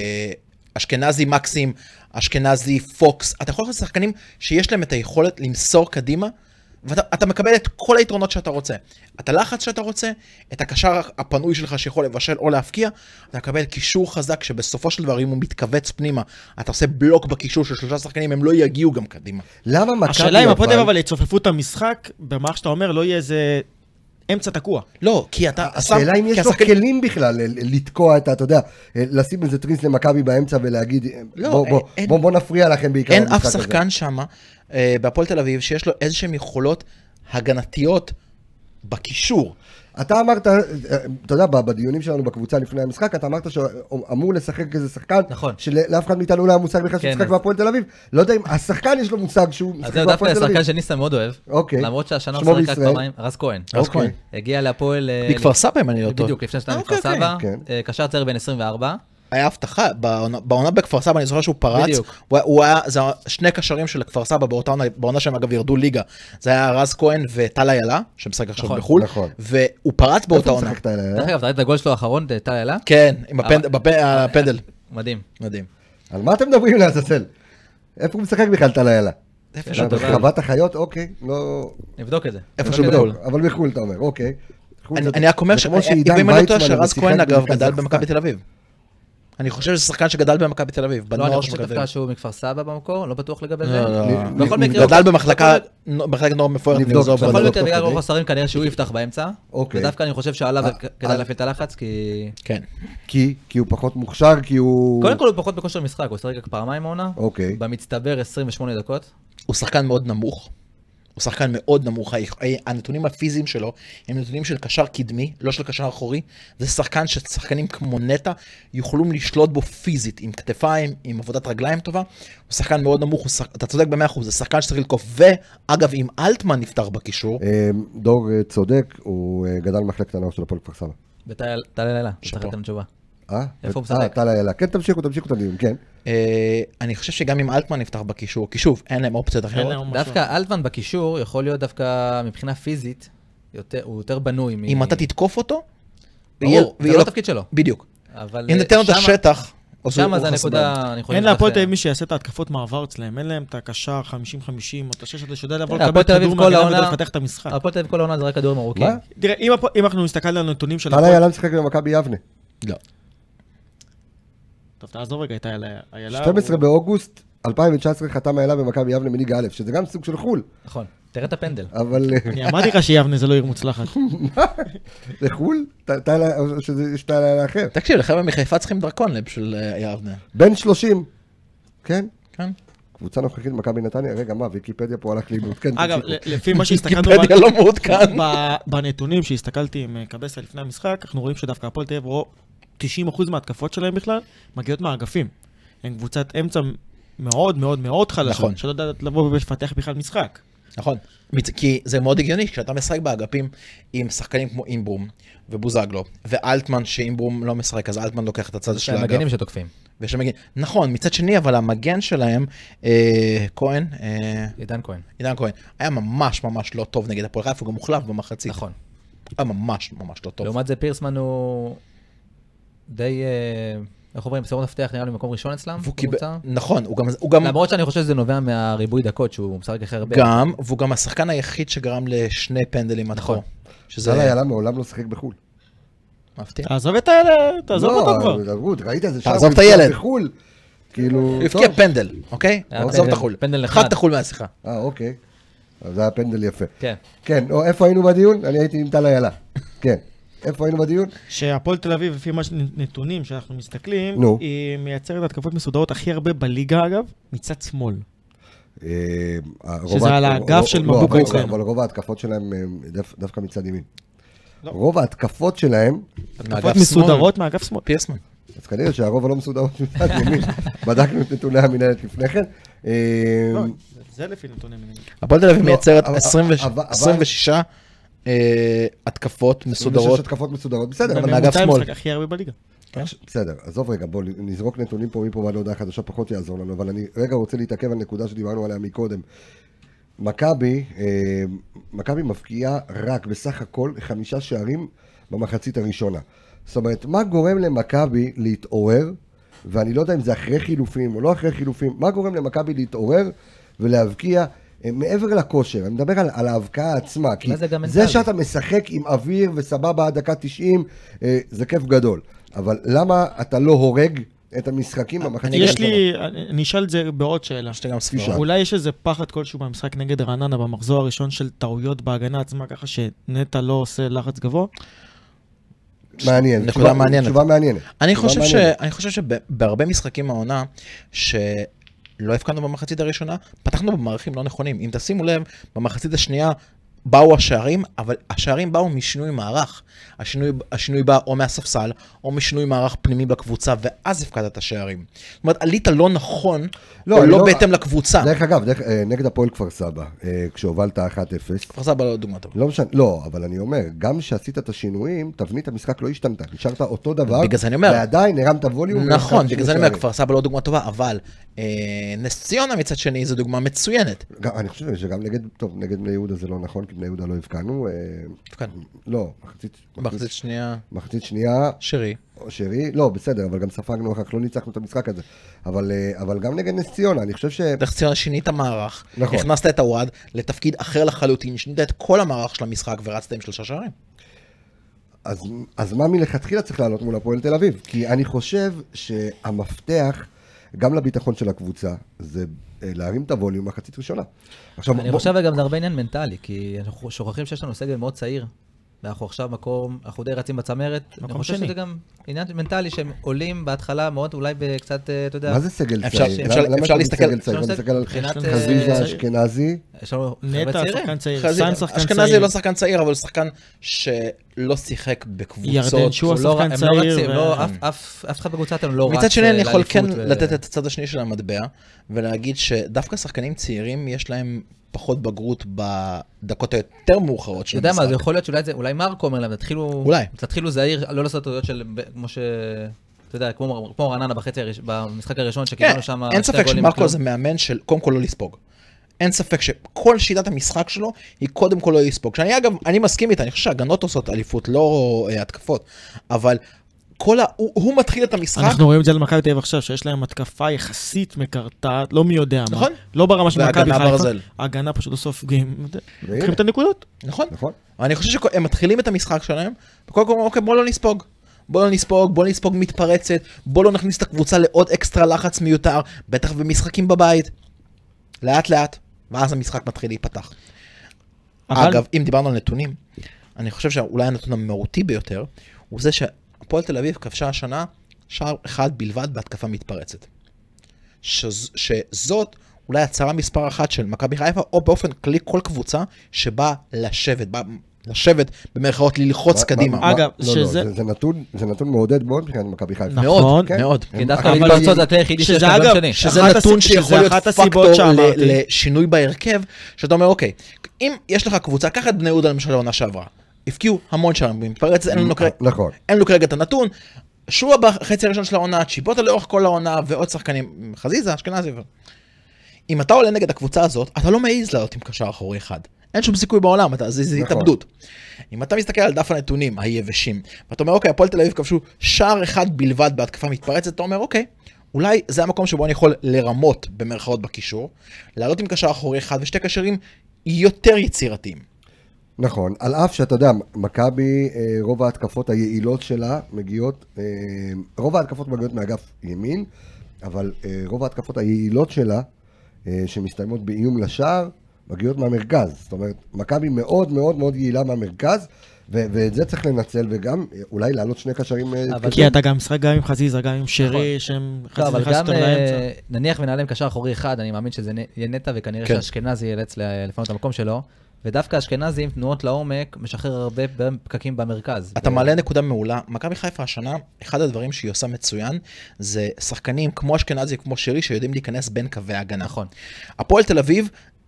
אשכנזי מקסים, אשכנזי פוקס, אתה יכול לעשות שחקנים שיש להם את היכולת למסור קדימה, ואתה מקבל את כל היתרונות שאתה רוצה. את הלחץ שאתה רוצה, את הקשר הפנוי שלך שיכול לבשל או להפקיע, אתה מקבל קישור חזק שבסופו של דבר, אם הוא מתכווץ פנימה, אתה עושה בלוק בקישור של 3 שחקנים, הם לא יגיעו גם קדימה. למה מכבי השאלה אם הפועל תל אביב אבל יצופפו את המשחק, במערך שאתה אומר, לא יהיה איזה אמצע תקוע. לא, כי אתה... השאלה אם יש לו כלים בכלל לתקוע את, אתה יודע, לשים איזה טריס למכבי באמצע ולהגיד, בוא נפריע לכם בעיקר אין אף שחקן שם, בהפועל תל אביב, שיש לו איזשהם יכולות הגנתיות בקישור. אתה אמרת, אתה יודע, בדיונים שלנו בקבוצה לפני המשחק, אתה אמרת שאמור לשחק איזה שחקן, שלאף אחד מאיתנו לא היה מושג בכלל שמשחק בהפועל תל אביב. לא יודע אם השחקן יש לו מושג שהוא משחק בהפועל תל אביב. אז זה דווקא השחקן שניסה מאוד אוהב, למרות שהשנה הוא שחק רק פעמיים, רז כהן. הגיע להפועל... בכפר סבא אם אני לא טוב. בדיוק, לפני שנתיים בכפר סבא, קשר צעיר בן 24. היה הבטחה, בעונה בכפר סבא, אני זוכר שהוא פרץ, הוא היה, זה 2 קשרים של כפר סבא, בעונה שהם אגב ירדו ליגה, זה היה רז כהן וטל איילה, שמשחק עכשיו בחול, והוא פרץ באותה עונה. איפה משחק טל איילה? דרך אגב, אתה ראית את הגול שלו האחרון, טל איילה? כן, עם הפנדל. מדהים. מדהים. על מה אתם מדברים לעזאזל? איפה הוא משחק בכלל טל איילה? איפה שהוא בחול. חוות החיות, אוקיי, לא... נבדוק את זה. איפה שהוא בחול. אבל בחול אתה אומר, אוקיי. אני רק אומר אם אני לא טועה שרז כהן אגב גדל במכבי תל אביב. אני חושב שזה שחקן שגדל במכבי תל אביב. לא, אני חושב דווקא שהוא מכפר סבא במקור, לא בטוח לגבי זה. גדל במחלקת נוער מפוארת. בכל מקרה בגלל רוב השרים כנראה שהוא יפתח באמצע. ודווקא אני חושב שעליו כדאי להפעיל את הלחץ, כי... כן. כי הוא פחות מוכשר, כי הוא... קודם כל הוא פחות בכושר משחק, הוא שחק רק פעמיים העונה. במצטבר 28 דקות. הוא שחקן מאוד נמוך. הוא שחקן מאוד נמוך, הנתונים הפיזיים שלו הם נתונים של קשר קדמי, לא של קשר אחורי, זה שחקן ששחקנים כמו נטע יוכלו לשלוט בו פיזית, עם כתפיים, עם עבודת רגליים טובה, הוא שחקן מאוד נמוך, אתה צודק ב100%, זה שחקן שצריך לתקוף, ואגב, אם אלטמן נפתח בקישור, דור צודק, הוא גדל במחלקת הנוער של הפועל כפר סבא. וטל לילה, צריך לתת תשובה. איפה הוא משחק? טל לילה, כן, תמשיכו את הדיון, כן. אני חושב שגם אם אלטמן נפתח בקישור, כי שוב, אין להם אופציות אחרות. דווקא אלטמן בקישור יכול להיות דווקא מבחינה פיזית, הוא יותר בנוי. אם אתה תתקוף אותו, זה לא התפקיד שלו. בדיוק. אם נתן לו את השטח, שם זה הנקודה, אין להפועל תל אביב מי שיעשה את ההתקפות מעבר אצלם, אין להם את הקשר 50-50 או את השש הזה שיודע לבוא לקבל כדור מהגנה ולפתח את המשחק. הפועל תל אביב כל העונה זה רק כדורים ארוכים. תראה, אם אנחנו נסתכל על הנתונים של טל איילה משחק במכבי יבנה. לא. טוב, תעזוב רגע את איילה. 12 באוגוסט 2019 חתם איילה במכבי יבנה מליגה א', שזה גם סוג של חול. נכון, תראה את הפנדל. אבל... אני אמרתי לך שיבנה זה לא עיר מוצלחת. זה חול? או שיש טל איילה אחר? תקשיב, לחבר'ה מחיפה צריכים דרכון בשביל יבנה. בן 30, כן? כן. קבוצה נוכחית במכבי נתניה, רגע מה, ויקיפדיה פה הלך לאיבוד, כן. אגב, לפי מה שהסתכלנו ויקיפדיה לא מעודכן. בנתונים שהסתכלתי עם קבסה לפני המשחק, אנחנו רואים שדווקא הפועל תל אביב 90% מההתקפות שלהם בכלל מגיעות מהאגפים. הם קבוצת אמצע מאוד מאוד מאוד חלשות, שלא יודעת לבוא ולפתח בכלל משחק. נכון, כי זה מאוד הגיוני, כשאתה משחק באגפים עם שחקנים כמו אימברום ובוזגלו, ואלטמן שאימברום לא משחק, אז אלטמן לוקח את הצד של האגף. מגנים שתוקפים. נכון, מצד שני, אבל המגן שלהם, כהן, עידן כהן, היה ממש ממש לא טוב נגד הפועל חיפה, הוא גם מוחלף במחצית. נכון. היה ממש ממש לא טוב. לעומת זה פירסמן הוא די... איך עוברים, בסבירות מפתח נראה לי במקום ראשון אצלם? נכון, הוא גם... למרות שאני חושב שזה נובע מהריבוי דקות, שהוא משחק אחר הרבה. גם, והוא גם השחקן היחיד שגרם לשני פנדלים עד כה. טל איילה מעולם לא שיחק בחו"ל. מפתיע. תעזוב את האלה, תעזוב אותו כבר. לא, ראית איזה תעזוב את הילד. בחו"ל. כאילו... הפקיע פנדל, אוקיי? עזוב את החול. פנדל נחמד. חד את החול מהשיחה. אוקיי. אז זה היה פנדל יפה. כן. כן, איפה היינו בדיון? אני הייתי עם טל איילה. כן. איפה היינו בדיון? שהפועל תל אביב, לפי נתונים שאנחנו מסתכלים, היא מייצרת התקפות מסודרות הכי הרבה בליגה, אגב, מצד שמאל. שזה על האגף של מבוקה אצלנו. אבל רוב ההתקפות שלהם דווקא מצד ימין. רוב ההתקפות שלהם... התקפות מסודרות מאגף שמאל. פירסמן. אז כנראה שהרוב הלא מסודרות מצד ימין. בדקנו את נתוני המנהלת לפני כן. זה לפי נתוני המנהלת. הפועל תל אביב מייצרת 26 התקפות מסודרות. 26 התקפות מסודרות, בסדר. אבל מאגף שמאל. הכי הרבה בליגה. בסדר, עזוב רגע, בואו נזרוק נתונים פה מפה ועד להודעה חדשה, פחות יעזור לנו, אבל אני רגע רוצה להתעכב על נקודה שדיברנו עליה מקודם. מכבי מבקיעה רק בסך הכל 5 שערים במחצית הראשונה. זאת אומרת, מה גורם למכבי להתעורר, ואני לא יודע אם זה אחרי חילופים או לא אחרי חילופים, מה גורם למכבי להתעורר ולהבקיע מעבר לכושר? אני מדבר על ההבקעה עצמה, כי זה שאתה משחק עם אוויר וסבבה עד דקה 90, זה כיף גדול. אבל למה אתה לא הורג את המשחקים במחצית הראשונה? אני אשאל את זה בעוד שאלה. אולי יש איזה פחד כלשהו במשחק נגד רעננה במחזור הראשון של טעויות בהגנה עצמה, ככה שנטע לא עושה לחץ גבוה? מעניין, נקודה מעניינת. תשובה מעניינת. אני חושב שבהרבה משחקים העונה, שלא הפקענו במחצית הראשונה, פתחנו במערכים לא נכונים. אם תשימו לב, במחצית השנייה באו השערים, אבל השערים באו משינוי מערך. השינוי בא או מהספסל, או משינוי מערך פנימי בקבוצה, ואז הפקדת את השערים. זאת אומרת, עלית לא נכון, או לא בהתאם לקבוצה. דרך אגב, נגד הפועל כפר סבא, כשהובלת 1-0. כפר סבא לא דוגמה טובה. לא משנה, לא, אבל אני אומר, גם שעשית את השינויים, תבנית המשחק לא השתנתה. נשארת אותו דבר, ועדיין הרמת ווליום. נכון, בגלל זה אני אומר, כפר סבא לא דוגמה טובה, אבל נס ציונה מצד שני זו דוגמה מצוינת. אני חושב שגם נגד בני יהודה זה לא נכון, כי בני יהודה לא הבקענו. לא, מחצית שנייה. שרי, לא, בסדר, אבל גם ספגנו אחר כך, לא ניצחנו את המשחק הזה. אבל גם נגד נס ציונה, אני חושב נס ציונה שינית המערך, הכנסת את הוואד לתפקיד אחר לחלוטין, שינית את כל המערך של המשחק ורצת עם 3 שערים. אז מה מלכתחילה צריך לעלות מול הפועל תל אביב? כי אני חושב שהמפתח, גם לביטחון של הקבוצה, זה להרים את הווליום מחצית ראשונה. אני חושב גם זה הרבה עניין מנטלי, כי אנחנו שוכחים שיש לנו סגל מאוד צעיר. ואנחנו עכשיו אנחנו די רצים בצמרת. אני חושב שזה גם עניין מנטלי שהם עולים בהתחלה מאוד, אולי בקצת, אתה יודע... מה זה סגל צעיר? אפשר להסתכל על חזיזה אשכנזי. נטע, שחקן צעיר. אשכנזי לא שחקן צעיר, אבל שחקן שלא שיחק בקבוצות. ירדן שועה שחקן צעיר. אף אחד בקבוצת הם לא רץ. מצד שני אני יכול כן לתת את הצד השני של המטבע, ולהגיד שדווקא שחקנים צעירים יש להם פחות בגרות בדקות היותר מאוחרות של המשחק. יודע מה, זה יכול להיות שאולי מרקו אומר להם, תתחילו זהיר, לא לעשות טעויות של, כמו ש... אתה יודע, כמו רעננה במשחק הראשון שקיבלנו שם... אין ספק שמרקו זה מאמן של קודם כל לא לספוג. אין ספק שכל שיטת המשחק שלו היא קודם כל לא לספוג. אני מסכים איתה, אני חושב שהגנות עושות אליפות, לא התקפות, אבל הוא מתחיל את המשחק. אנחנו רואים את זה על מכבי תל אביב עכשיו, שיש להם התקפה יחסית מקרטעת, לא מי יודע מה. נכון. לא ברמה של מכבי חיפה. ברזל. ההגנה פשוט לא סופגים. קחים את הנקודות. נכון. אני חושב שהם מתחילים את המשחק שלהם, וכל כך אוקיי, בוא לא נספוג מתפרצת, בוא לא נכניס את הקבוצה לעוד אקסטרה לחץ מיותר, בטח במשחקים בבית. לאט לאט, ואז המשחק מתחיל להיפתח. אגב, אם דיברנו על נתונים, אני חושב שאולי הנתון המהותי ביותר, הוא זה הפועל תל אביב כבשה השנה שער אחד בלבד בהתקפה מתפרצת. שזאת אולי הצהרה מספר אחת של מכבי חיפה, או באופן כללי כל קבוצה שבאה לשבת במרכאות ללחוץ קדימה. אגב, זה נתון מעודד מאוד מבחינת מכבי חיפה. מאוד, מאוד. כי דווקא להתפרצות זה הכלי היחידי שיש גם שני. שזה נתון שיכול להיות פקטור לשינוי בהרכב, שאתה אומר, אוקיי, אם יש לך קבוצה, קח את בני יהודה למשל לעונה שעברה. הפקיעו המון שערים במתפרצת, אין לו כרגע את הנתון, שועה בחצי הראשון של העונה, צ'יבוטה לאורך כל העונה, ועוד שחקנים, חזיזה, אשכנזי. אם אתה עולה נגד הקבוצה הזאת, אתה לא מעיז לעלות עם קשר אחורי אחד. אין שום סיכוי בעולם, זה התאבדות. אם אתה מסתכל על דף הנתונים היבשים, ואתה אומר, אוקיי, הפועל תל אביב כבשו שער אחד בלבד בהתקפה מתפרצת, אתה אומר, אוקיי, אולי זה המקום שבו אני יכול לרמות במרכאות בקישור, לעלות עם קשר אחורי אחד ושתי קשרים יותר יצירתיים. נכון, על אף שאתה יודע, מכבי, רוב ההתקפות היעילות שלה מגיעות, רוב ההתקפות מגיעות מאגף ימין, אבל רוב ההתקפות היעילות שלה, שמסתיימות באיום לשער, מגיעות מהמרכז. זאת אומרת, מכבי מאוד מאוד מאוד יעילה מהמרכז, ואת זה צריך לנצל, וגם אולי לעלות שני קשרים... כי אתה גם משחק גם עם חזיזה, גם עם שרי, שהם חזיזה נכנס יותר לאמצע. נניח ונעלה עם קשר אחורי אחד, אני מאמין שזה יהיה נטע, וכנראה שהאשכנזי ילץ לפנות המקום שלו, ודווקא אשכנזי עם תנועות לעומק משחרר הרבה פקקים במרכז. אתה מעלה נקודה מעולה. מכבי חיפה השנה, אחד הדברים שהיא עושה מצוין, זה שחקנים כמו אשכנזי, כמו שרי, שיודעים להיכנס בין קווי ההגנה. נכון. הפועל תל אביב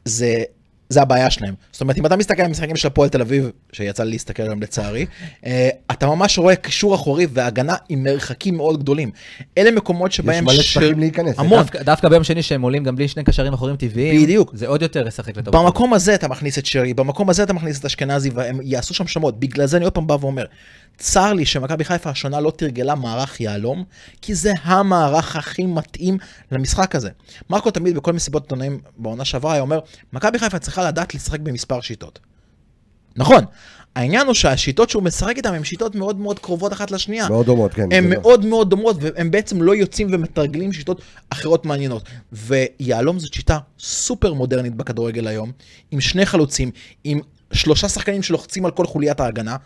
זה הבעיה שלהם. זאת אומרת, אם אתה מסתכל על המשחקים של הפועל תל אביב, שיצא לי להסתכל עליהם לצערי, אתה ממש רואה קישור אחורי והגנה עם מרחקים מאוד גדולים. אלה מקומות שבהם... יש מלא שטחים להיכנס. דווקא ביום שני שהם עולים גם בלי שני קשרים אחוריים טבעיים, בדיוק. זה עוד יותר ישחק לטוב. במקום הזה אתה מכניס את שרי, במקום הזה אתה מכניס את אשכנזי, והם יעשו שם שמות. בגלל זה אני עוד פעם בא ואומר, צר לי שמכבי חיפה השנה לא תרגלה מערך יהלום, כי זה המערך הכי מתאים למשחק הזה. מרקו תמיד בכל מסיבות עיתונאים בעונה שעברה היה אומר, מכבי חיפה צריכה לדעת לשחק במספר שיטות. נכון. העניין הוא שהשיטות שהוא משחק איתן הן שיטות מאוד מאוד קרובות אחת לשנייה. מאוד דומות, כן. הן מאוד מאוד דומות, והם בעצם לא יוצאים ומתרגלים שיטות אחרות מעניינות. ויהלום זאת שיטה סופר מודרנית בכדורגל היום, עם שני חלוצים, עם 3 שחקנים שלוחצים על כל חוליית ההגנה,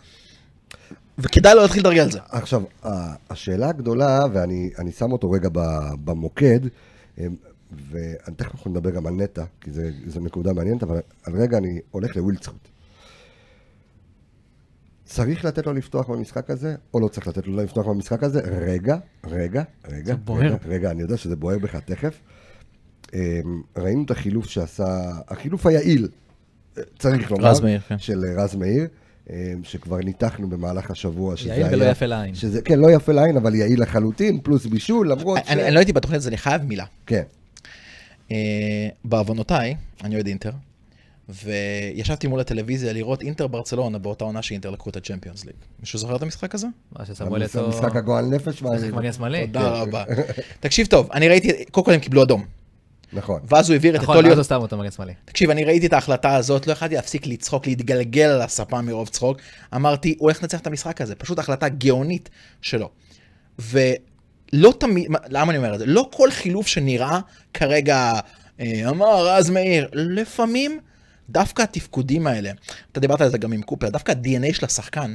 וכדאי לא להתחיל לדרגל על זה. עכשיו, השאלה הגדולה, ואני שם אותו רגע במוקד, ואני תכף אנחנו נדבר גם על נטע, כי זו נקודה מעניינת, אבל על רגע אני הולך לווילצחוט. צריך לתת לו לפתוח במשחק הזה, או לא צריך לתת לו לפתוח במשחק הזה? רגע, אני יודע שזה בוער בך תכף. ראינו את החילוף שעשה, החילוף היעיל, צריך לומר, של רז מאיר, שכבר ניתחנו במהלך השבוע, יעיל ולא יפה לעין. כן, לא יפה לעין, אבל יעיל לחלוטין, פלוס בישול, למרות ש... אני לא הייתי בתוכנית הזה, אני חייב מילה. כן. בעוונותיי, אני אוהד אינטר, וישבתי מול הטלוויזיה לראות אינטר ברצלונה באותה עונה שאינטר לקחו את הצ'מפיונס ליג. מישהו זוכר את המשחק הזה? המשחק הגועל נפש. מגן שמאלי. תודה רבה. תקשיב טוב, אני ראיתי, קודם כל הם קיבלו אדום. נכון. ואז הוא העביר את נכון, ואז הוא סתם אותו מגן שמאלי. תקשיב, אני ראיתי את ההחלטה הזאת, לא יכולתי להפסיק לצחוק, להתגלגל על הספה מרוב צחוק. אמרתי, הוא הולך לנצח את המשחק הזה, פשוט החלטה גאונית שלו. ולא תמיד, למה אני אומר את זה? לא כל חילוף שנראה כרגע, אמר רז מאיר, לפעמים דווקא התפקודים האלה, אתה דיברת על זה גם עם קופר, דווקא ה-DNA של השחקן,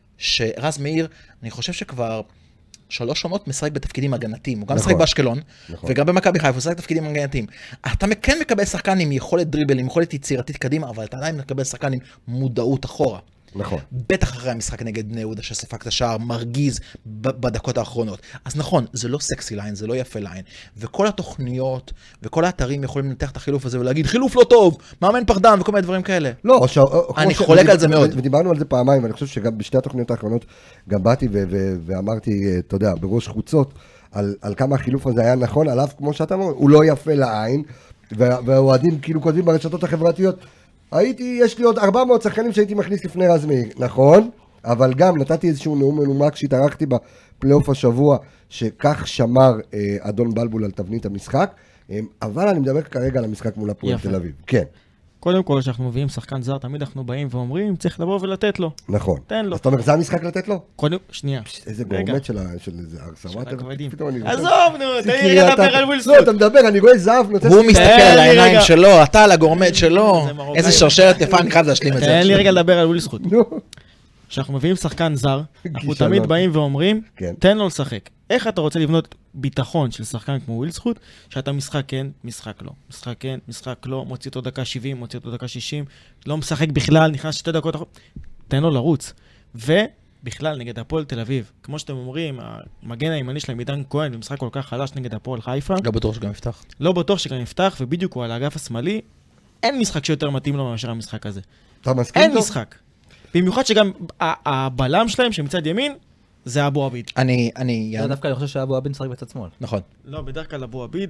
שרז מאיר, אני חושב שכבר 3 עונות משחק בתפקידים הגנתיים, הוא גם משחק באשקלון, וגם במכבי חיפה, הוא משחק בתפקידים הגנתיים. אתה כן מקבל שחקן עם יכולת דריבל, עם יכולת יצירתית קדימה, אבל אתה עדיין מקבל שחקן עם מודעות אחורה. נכון. בטח אחרי המשחק נגד בני יהודה שספג את השער, מרגיז בדקות האחרונות. אז נכון, זה לא סקסי ליין, זה לא יפה ליין. וכל התוכניות וכל האתרים יכולים לנתח את החילוף הזה ולהגיד, חילוף לא טוב, מאמן פחדן וכל מיני דברים כאלה. לא, אני חולק על זה מאוד. ודיברנו על זה פעמיים, ואני חושב שגם בשתי התוכניות האחרונות, גם באתי ואמרתי, אתה יודע, בראש חוצות, על כמה החילוף הזה היה נכון, עליו, כמו שאתה אומר, הוא לא יפה לעין, והאוהדים כאילו כותבים ברשתות החברתיות, יש לי עוד 400 שחקנים שהייתי מכניס לפני רז מאיר, נכון, אבל גם נתתי איזשהו נאום מנומק שהתארחתי בפלייאוף השבוע, שכך שמר אדון בלבול על תבנית המשחק, אבל אני מדבר כרגע על המשחק מול הפועל תל אביב. כן. קודם כל, כשאנחנו מביאים שחקן זר, תמיד אנחנו באים ואומרים, צריך לבוא ולתת לו. נכון. תן לו. אז אתה אומר, זה המשחק לתת לו? קודם, שנייה. איזה גורמט של איזה הרסמת. עזוב, נו, תן לי לדבר על ווילסקוט. לא, אתה מדבר, אני רואה זהב, נותן... הוא מסתכל על העיניים שלו, אתה על הגורמט שלו, איזה שרשרת יפה, אני חייב להשלים את זה. תן לי רגע לדבר על ווילסקוט. כשאנחנו מביאים שחקן זר, אנחנו תמיד באים ואומרים, תן לו לשחק. איך אתה רוצה לבנות ביטחון של שחקן כמו ווילסקוט, שאתה משחק כן, משחק לא. משחק כן, משחק לא, מוציא אותו דקה 70, מוציא אותו דקה 60, לא משחק בכלל, נכנס 2 דקות אחרות. תן לו לרוץ. ובכלל, נגד הפועל תל אביב, כמו שאתם אומרים, המגן הימני שלהם עידן כהן, במשחק כל כך חלש נגד הפועל חיפה. לא בטוח שגם יפתח. לא בטוח שגם יפתח, ובדיוק הוא על האגף השמאלי, אין משחק שיותר מתאים לו מאשר המשחק הזה. אתה מסכים אין משחק. במיוחד שגם הבלם שלהם שמצד ימין, זה אבו עביד. דווקא אני חושב שאבו עביד משחק בצד שמאל. נכון. לא, בדרך כלל אבו עביד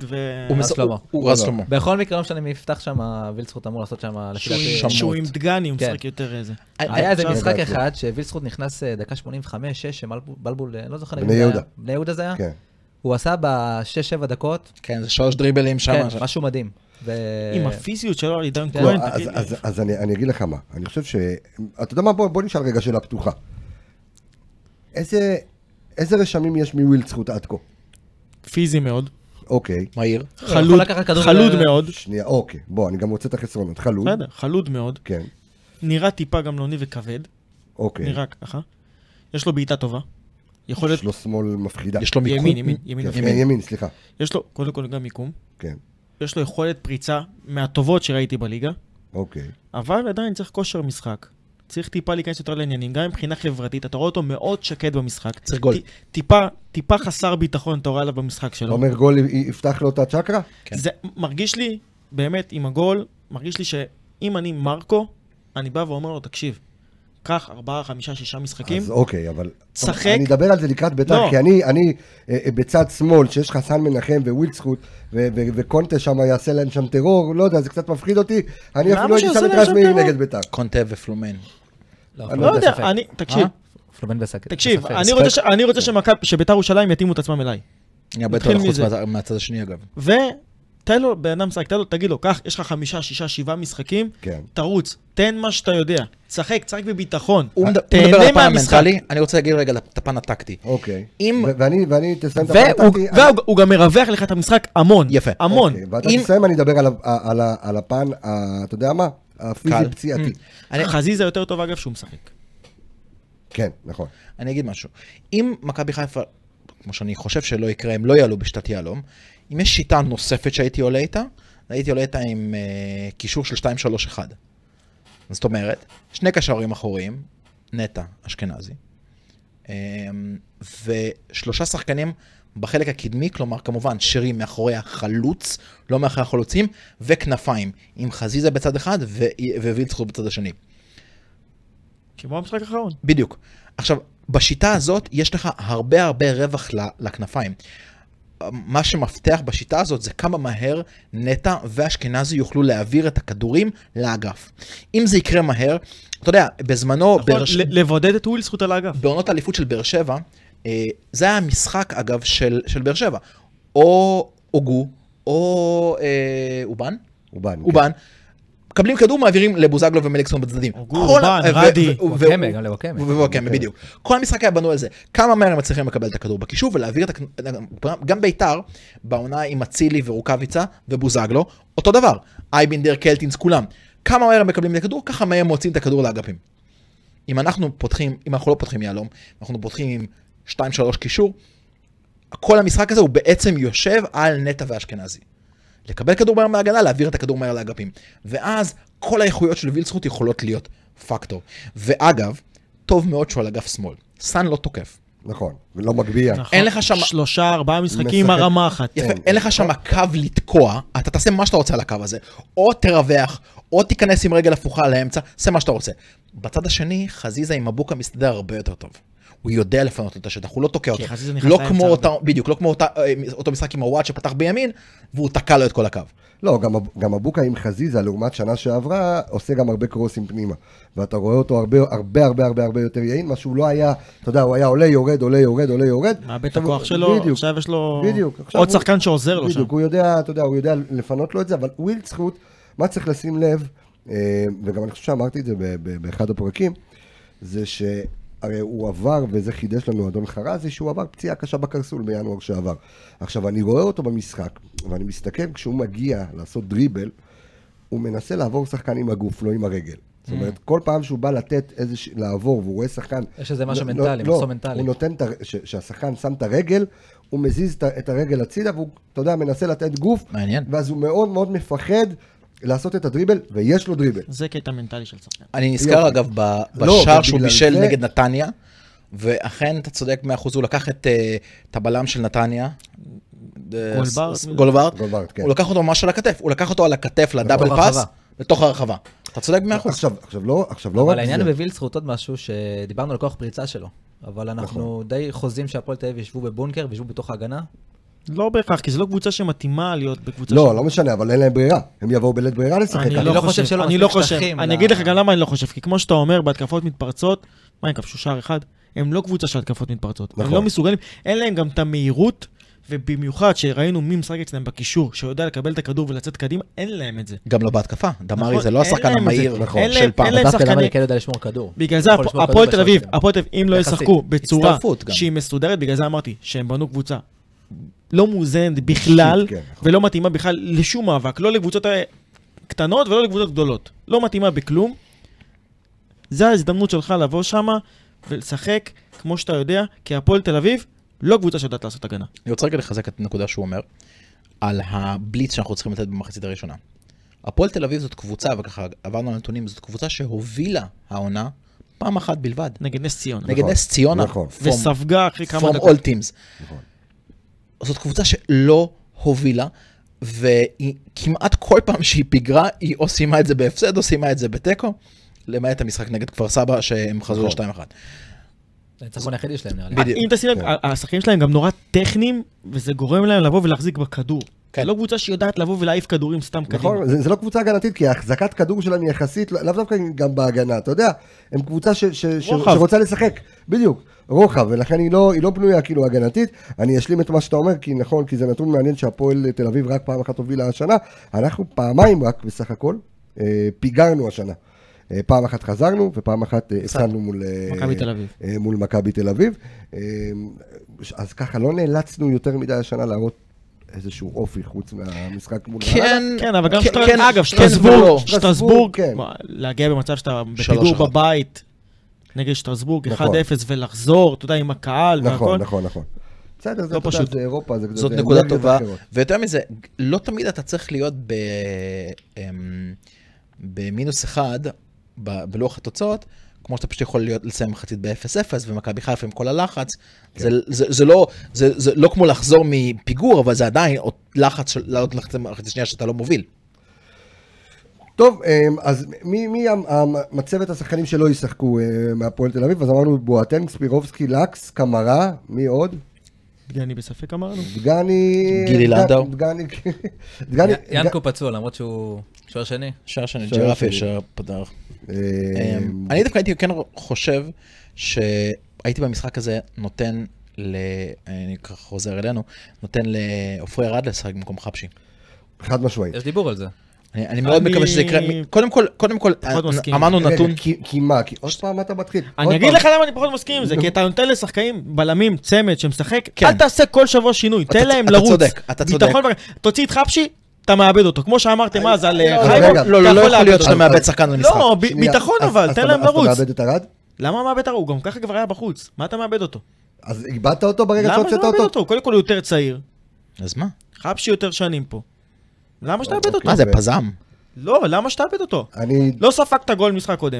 הוא רז שלמה. בכל מקרה, לא משנה מי יפתח שם, וילסקוט אמור לעשות שם... שהוא עם דגני, הוא משחק יותר איזה. היה איזה משחק אחד שווילסקוט נכנס דקה 85-6, שבלבול, לא זוכר... בני יהודה. בני יהודה זה היה? כן. הוא עשה ב6-7 דקות. כן, זה 3 דריבלים שם. כן, משהו מדהים. עם הפיזיות שלו, עידן כהן, תגיד. אז אני אגיד לך מה, אני חושב אתה יודע מה, בוא נשאל רגע שאלה פתוחה. איזה רשמים יש מווילסקוט עד כה? פיזי מאוד. אוקיי. מהיר. חלוד מאוד. שנייה, אוקיי. בוא, אני גם רוצה את החסרונות. חלוד. בסדר, חלוד מאוד. כן. נראה טיפה גמלוני וכבד. אוקיי. נראה ככה. יש לו בעיטה טובה. יש לו שמאל מפחידה. יש לו מיקום. ימין, סליחה. יש לו, קודם כל גם מיקום. כן. יש לו יכולת פריצה מהטובות שראיתי בליגה. אוקיי. אבל עדיין צריך כושר משחק. צריך טיפה להיכנס יותר לעניינים, גם מבחינה חברתית, אתה רואה אותו מאוד שקט במשחק. צריך גול. טיפה חסר ביטחון, אתה רואה עליו במשחק שלו. אתה אומר גול יפתח לו את הצ'קרה? זה מרגיש לי, באמת, עם הגול, מרגיש לי שאם אני מרקו, אני בא ואומר לו, תקשיב, קח 4, 5, 6 משחקים. אז אוקיי, אבל... צחק. אני אדבר על זה לקראת בית"ר, כי אני בצד שמאל, שיש לך סן מנחם ווילסקוט, וקונטה שם יעשה להם שם טרור, לא יודע, זה קצת מפחיד אותי, אני אפילו הייתי שם את רז מאיר נגד בית"ר. קונטה ופלומן. לא יודע, תקשיב. פלומן בספק. תקשיב, אני רוצה שבית"ר ירושלים יתאימו את עצמם אליי. אני בטוח חוץ מהצד השני אגב. תן לו, בן אדם משחק, תגיד לו, קח, יש לך 5, 6, 7 משחקים, תרוץ, תן מה שאתה יודע, צחק בביטחון, תהנה מהמשחק. אני רוצה להגיד רגע את הפן הטקטי. אוקיי, ואני תסיים את הפן הטקטי. והוא גם מרווח לך את המשחק המון, יפה. המון. ואתה תסיים, אני אדבר על הפן, אתה יודע מה? הפיזי פציעתי. חזיזה יותר טוב אגב שהוא משחק. כן, נכון. אני אגיד משהו. אם מכבי חיפה, כמו שאני חושב שלא יקרה, הם לא יעלו בשתת יהלום, אם יש שיטה נוספת שהייתי עולה איתה, הייתי עולה איתה עם קישור של 2-3-1. זאת אומרת, 2 קשרים אחוריים, נטע, אשכנזי, ו3 שחקנים בחלק הקדמי, כלומר כמובן שרים מאחורי החלוץ, לא מאחורי החלוצים, וכנפיים, עם חזיזה בצד אחד ווילסקוט בצד השני. כמו המשחק האחרון. בדיוק. עכשיו, בשיטה הזאת יש לך הרבה רווח לכנפיים. מה שמפתח בשיטה הזאת זה כמה מהר נטע ואשכנזי יוכלו להעביר את הכדורים לאגף. אם זה יקרה מהר, אתה יודע, בזמנו... לבודד את ווילסקוט על האגף. בעונות האליפות של באר שבע, זה היה המשחק אגב של באר שבע. או אוגו, או אובן. מקבלים כדור, מעבירים לבוזגלו ומליקסון בצדדים. אובן, רדי. ווקמה, גם לווקמה. ווקמה, בדיוק. כל המשחק היה בנו על זה. כמה מהר הם מצליחים לקבל את הכדור בקישור ולהעביר את גם בית"ר, בעונה עם אצילי ורוקאביצה ובוזגלו, אותו דבר. אייבינדר, קלטינס, כולם. כמה מהר הם מקבלים את הכדור, ככה מהר הם מוצאים את הכדור לאגפים. אם אנחנו לא פותחים יעלום, אנחנו פותחים עם 2-3 קישור, כל המשחק הזה הוא בעצם יושב על נטע ואשכנזי. לקבל כדור מהר מההגנה, להעביר את הכדור מהר לאגפים. ואז כל האיכויות של וילצחוט יכולות להיות פקטור. ואגב, טוב מאוד שהוא על אגף שמאל. סן לא תוקף. נכון, ולא מגביע. אין לך שם... 3-4 משחקים הרמה אחת. יפה, אין לך שם קו לתקוע, אתה תעשה מה שאתה רוצה על הקו הזה. או תרווח, או תיכנס עם רגל הפוכה לאמצע, עשה מה שאתה רוצה. בצד השני, חזיזה עם מבוקה מסתדר הרבה יותר טוב. הוא יודע לפנות את השטח, הוא לא תוקע אותו. לא כמו בדיוק, לא כמו אותו משחק עם הוואט שפתח בימין, והוא תקע לו את כל הקו. לא, גם מבוקה עם חזיזה, לעומת שנה שעברה, עושה גם הרבה קרוסים פנימה. ואתה רואה אותו הרבה יותר יעיל, מה שהוא לא היה, אתה יודע, הוא היה עולה, יורד. מאבד את הכוח שלו, עכשיו יש לו עוד שחקן שעוזר לו שם. בדיוק, הוא יודע, אתה יודע, הוא יודע לפנות לו את זה, אבל וילצחוט, מה צריך לשים לב, וגם אני חושב שאמרתי את זה באחד הפרקים, זה הרי הוא עבר, וזה חידש לנו אדון חרזי, שהוא עבר פציעה קשה בקרסול בינואר שעבר. עכשיו, אני רואה אותו במשחק, ואני מסתכל, כשהוא מגיע לעשות דריבל, הוא מנסה לעבור שחקן עם הגוף, לא עם הרגל. זאת אומרת, כל פעם שהוא בא לתת לעבור, והוא רואה שחקן... יש איזה משהו מנטלי, מחסום מנטלי. הוא נותן, שהשחקן שם את הרגל, הוא מזיז את הרגל הצידה, והוא, אתה יודע, מנסה לתת גוף, מעניין. ואז הוא מאוד מאוד מפחד לעשות את הדריבל, ויש לו דריבל. זה קטע מנטלי של שחקן. אני נזכר אגב בשער שהוא בישל נגד נתניה, ואכן אתה צודק 100%, הוא לקח את הבלם של נתניה, גולדברט, הוא לקח אותו ממש על הכתף, הוא לקח אותו על הכתף לדאבל פאס, לתוך הרחבה. אתה צודק 100%. עכשיו לא רק זה. אבל העניין בווילצחוט עוד משהו שדיברנו על כוח פריצה שלו, אבל אנחנו די חוזים שהפועל תל אביב ישבו בבונקר וישבו בתוך ההגנה. לא בהכרח, כי זו לא קבוצה שמתאימה להיות בקבוצה לא משנה, אבל אין להם ברירה. הם יבואו בלית ברירה לשחק. אני לא חושב שלא מספיק שטחים. אני אגיד לך גם למה אני לא חושב, כי כמו שאתה אומר, בהתקפות מתפרצות, מה הם כבשו שער אחד? הם לא קבוצה של התקפות מתפרצות. הם לא מסוגלים, אין להם גם את המהירות, ובמיוחד שראינו מי משחק אצלם בקישור, שיודע לקבל את הכדור ולצאת קדימה, אין להם את זה. גם לא בהתקפה. דמרי זה לא השחקן המהיר של פעם. דווקא דמרי כן יודע לשמור כדור. בגלל זה הפועל תל אביב, אם לא ישחקו בצורה שהיא מסודרת, בגלל זה אמרתי שהם בנו קבוצה לא מאוזנת בכלל, ולא מתאימה בכלל לשום מאבק, לא לקבוצות קטנות ולא לקבוצות גדולות. לא מתאימה בכלום. זה ההזדמנות שלך לבוא שמה ולשחק כמו שאתה יודע, כי הפועל תל אביב לא קבוצה שיודעת לעשות הגנה. אני רוצה רגע לחזק את הנקודה שהוא אומר, על הבליץ שאנחנו צריכים לתת במחצית הראשונה. הפועל תל אביב זאת קבוצה, וככה עברנו על הנתונים, זאת קבוצה שהובילה העונה פעם אחת בלבד. נגד נס ציונה. נגד נס ציונה. וספגה אחרי כמה דקות. From all teams. זאת קבוצה שלא הובילה, וכמעט כל פעם שהיא פיגרה, היא או סיימה את זה בהפסד, או סיימה את זה בטקו, למעט המשחק נגד כפר סבא, שהם חזרו ל-2-1. זה ניצחון היחידי שלהם נראה לי. אם תשים לב, השחקנים שלהם גם נורא טכניים, וזה גורם להם לבוא ולהחזיק בכדור. זה לא קבוצה שיודעת לבוא ולהעיף כדורים סתם קדימה. נכון, זה לא קבוצה הגנתית, כי ההחזקת כדור שלהם היא יחסית, לאו דווקא גם בהגנה, אתה יודע, הם קבוצה שרוצה לשחק, בדיוק, רוחב, ולכן היא לא בנויה כאילו הגנתית. אני אשלים את מה שאתה אומר, כי נכון, כי זה נתון מעניין שהפועל תל אביב רק פעם אחת הובילה השנה, אנחנו פעמיים רק בסך הכל, פיגרנו השנה. פעם אחת חזרנו, ופעם אחת הפסדנו מול מכבי תל אביב. אז ככה, לא נאלצנו יותר מדי השנה להראות איזשהו אופי חוץ מהמשחק מול רעננה. כן, אבל גם אגב, שטרסבורג, להגיע במצב שאתה בפיגור בבית, נגד שטרסבורג, 1-0 ולחזור, אתה יודע, עם הקהל והכל. נכון. בסדר, זה אירופה, זאת נקודה טובה. ויותר מזה, לא תמיד אתה צריך להיות במינוס אחד, בלוח התוצאות, כמו שאתה פשוט יכול לסיים מחצית ב-0-0, ומכבי חיפה עם כל הלחץ, זה לא כמו לחזור מפיגור, אבל זה עדיין לחץ לעלות למחצית שנייה שאתה לא מוביל. טוב, אז מי מצבת השחקנים שלא ישחקו מהפועל תל אביב? אז אמרנו בואטנג, ספירובסקי, לקס, קמרה, מי עוד? דגני בספק אמרנו. גילי לנדאו. ינקו פצוע, למרות שהוא שער שני. שער שני, ג'רפי שפתר. אני דווקא הייתי כן חושב שהייתי במשחק הזה נותן, אני ככה חוזר אלינו, נותן לאופרי ארד לשחק במקום חפשי. חד משמעית. יש דיבור על זה. אני מאוד מקווה שזה יקרה. קודם כל, אמרנו נתון. כי מה? כי עוד פעם אתה מתחיל. אני אגיד לך למה אני פחות מסכים עם זה, כי אתה נותן לשחקאים, בלמים, צמד שמשחק, אל תעשה כל שבוע שינוי, תן להם לרוץ. אתה צודק. תוציא את חפשי, אתה מאבד אותו. כמו שאמרתם אז על חיימוב, לא יכול להיות שאתה מאבד שחקן למשחק. לא, ביטחון אבל, תן להם לרוץ. אז אתה מאבד את ארד? למה מאבד את ארד? הוא גם ככה כבר היה בחוץ. מה אתה מאבד אותו? אז איבדת אותו ברגע שהוצאת אותו? למה אתה מאבד אותו? קודם כל הוא יותר צעיר. אז מה? חבשי יותר שנים פה. למה שתאבד אותו? מה זה, פזם? לא, למה שתאבד אותו? אני... לא ספגת גול משחק קודם.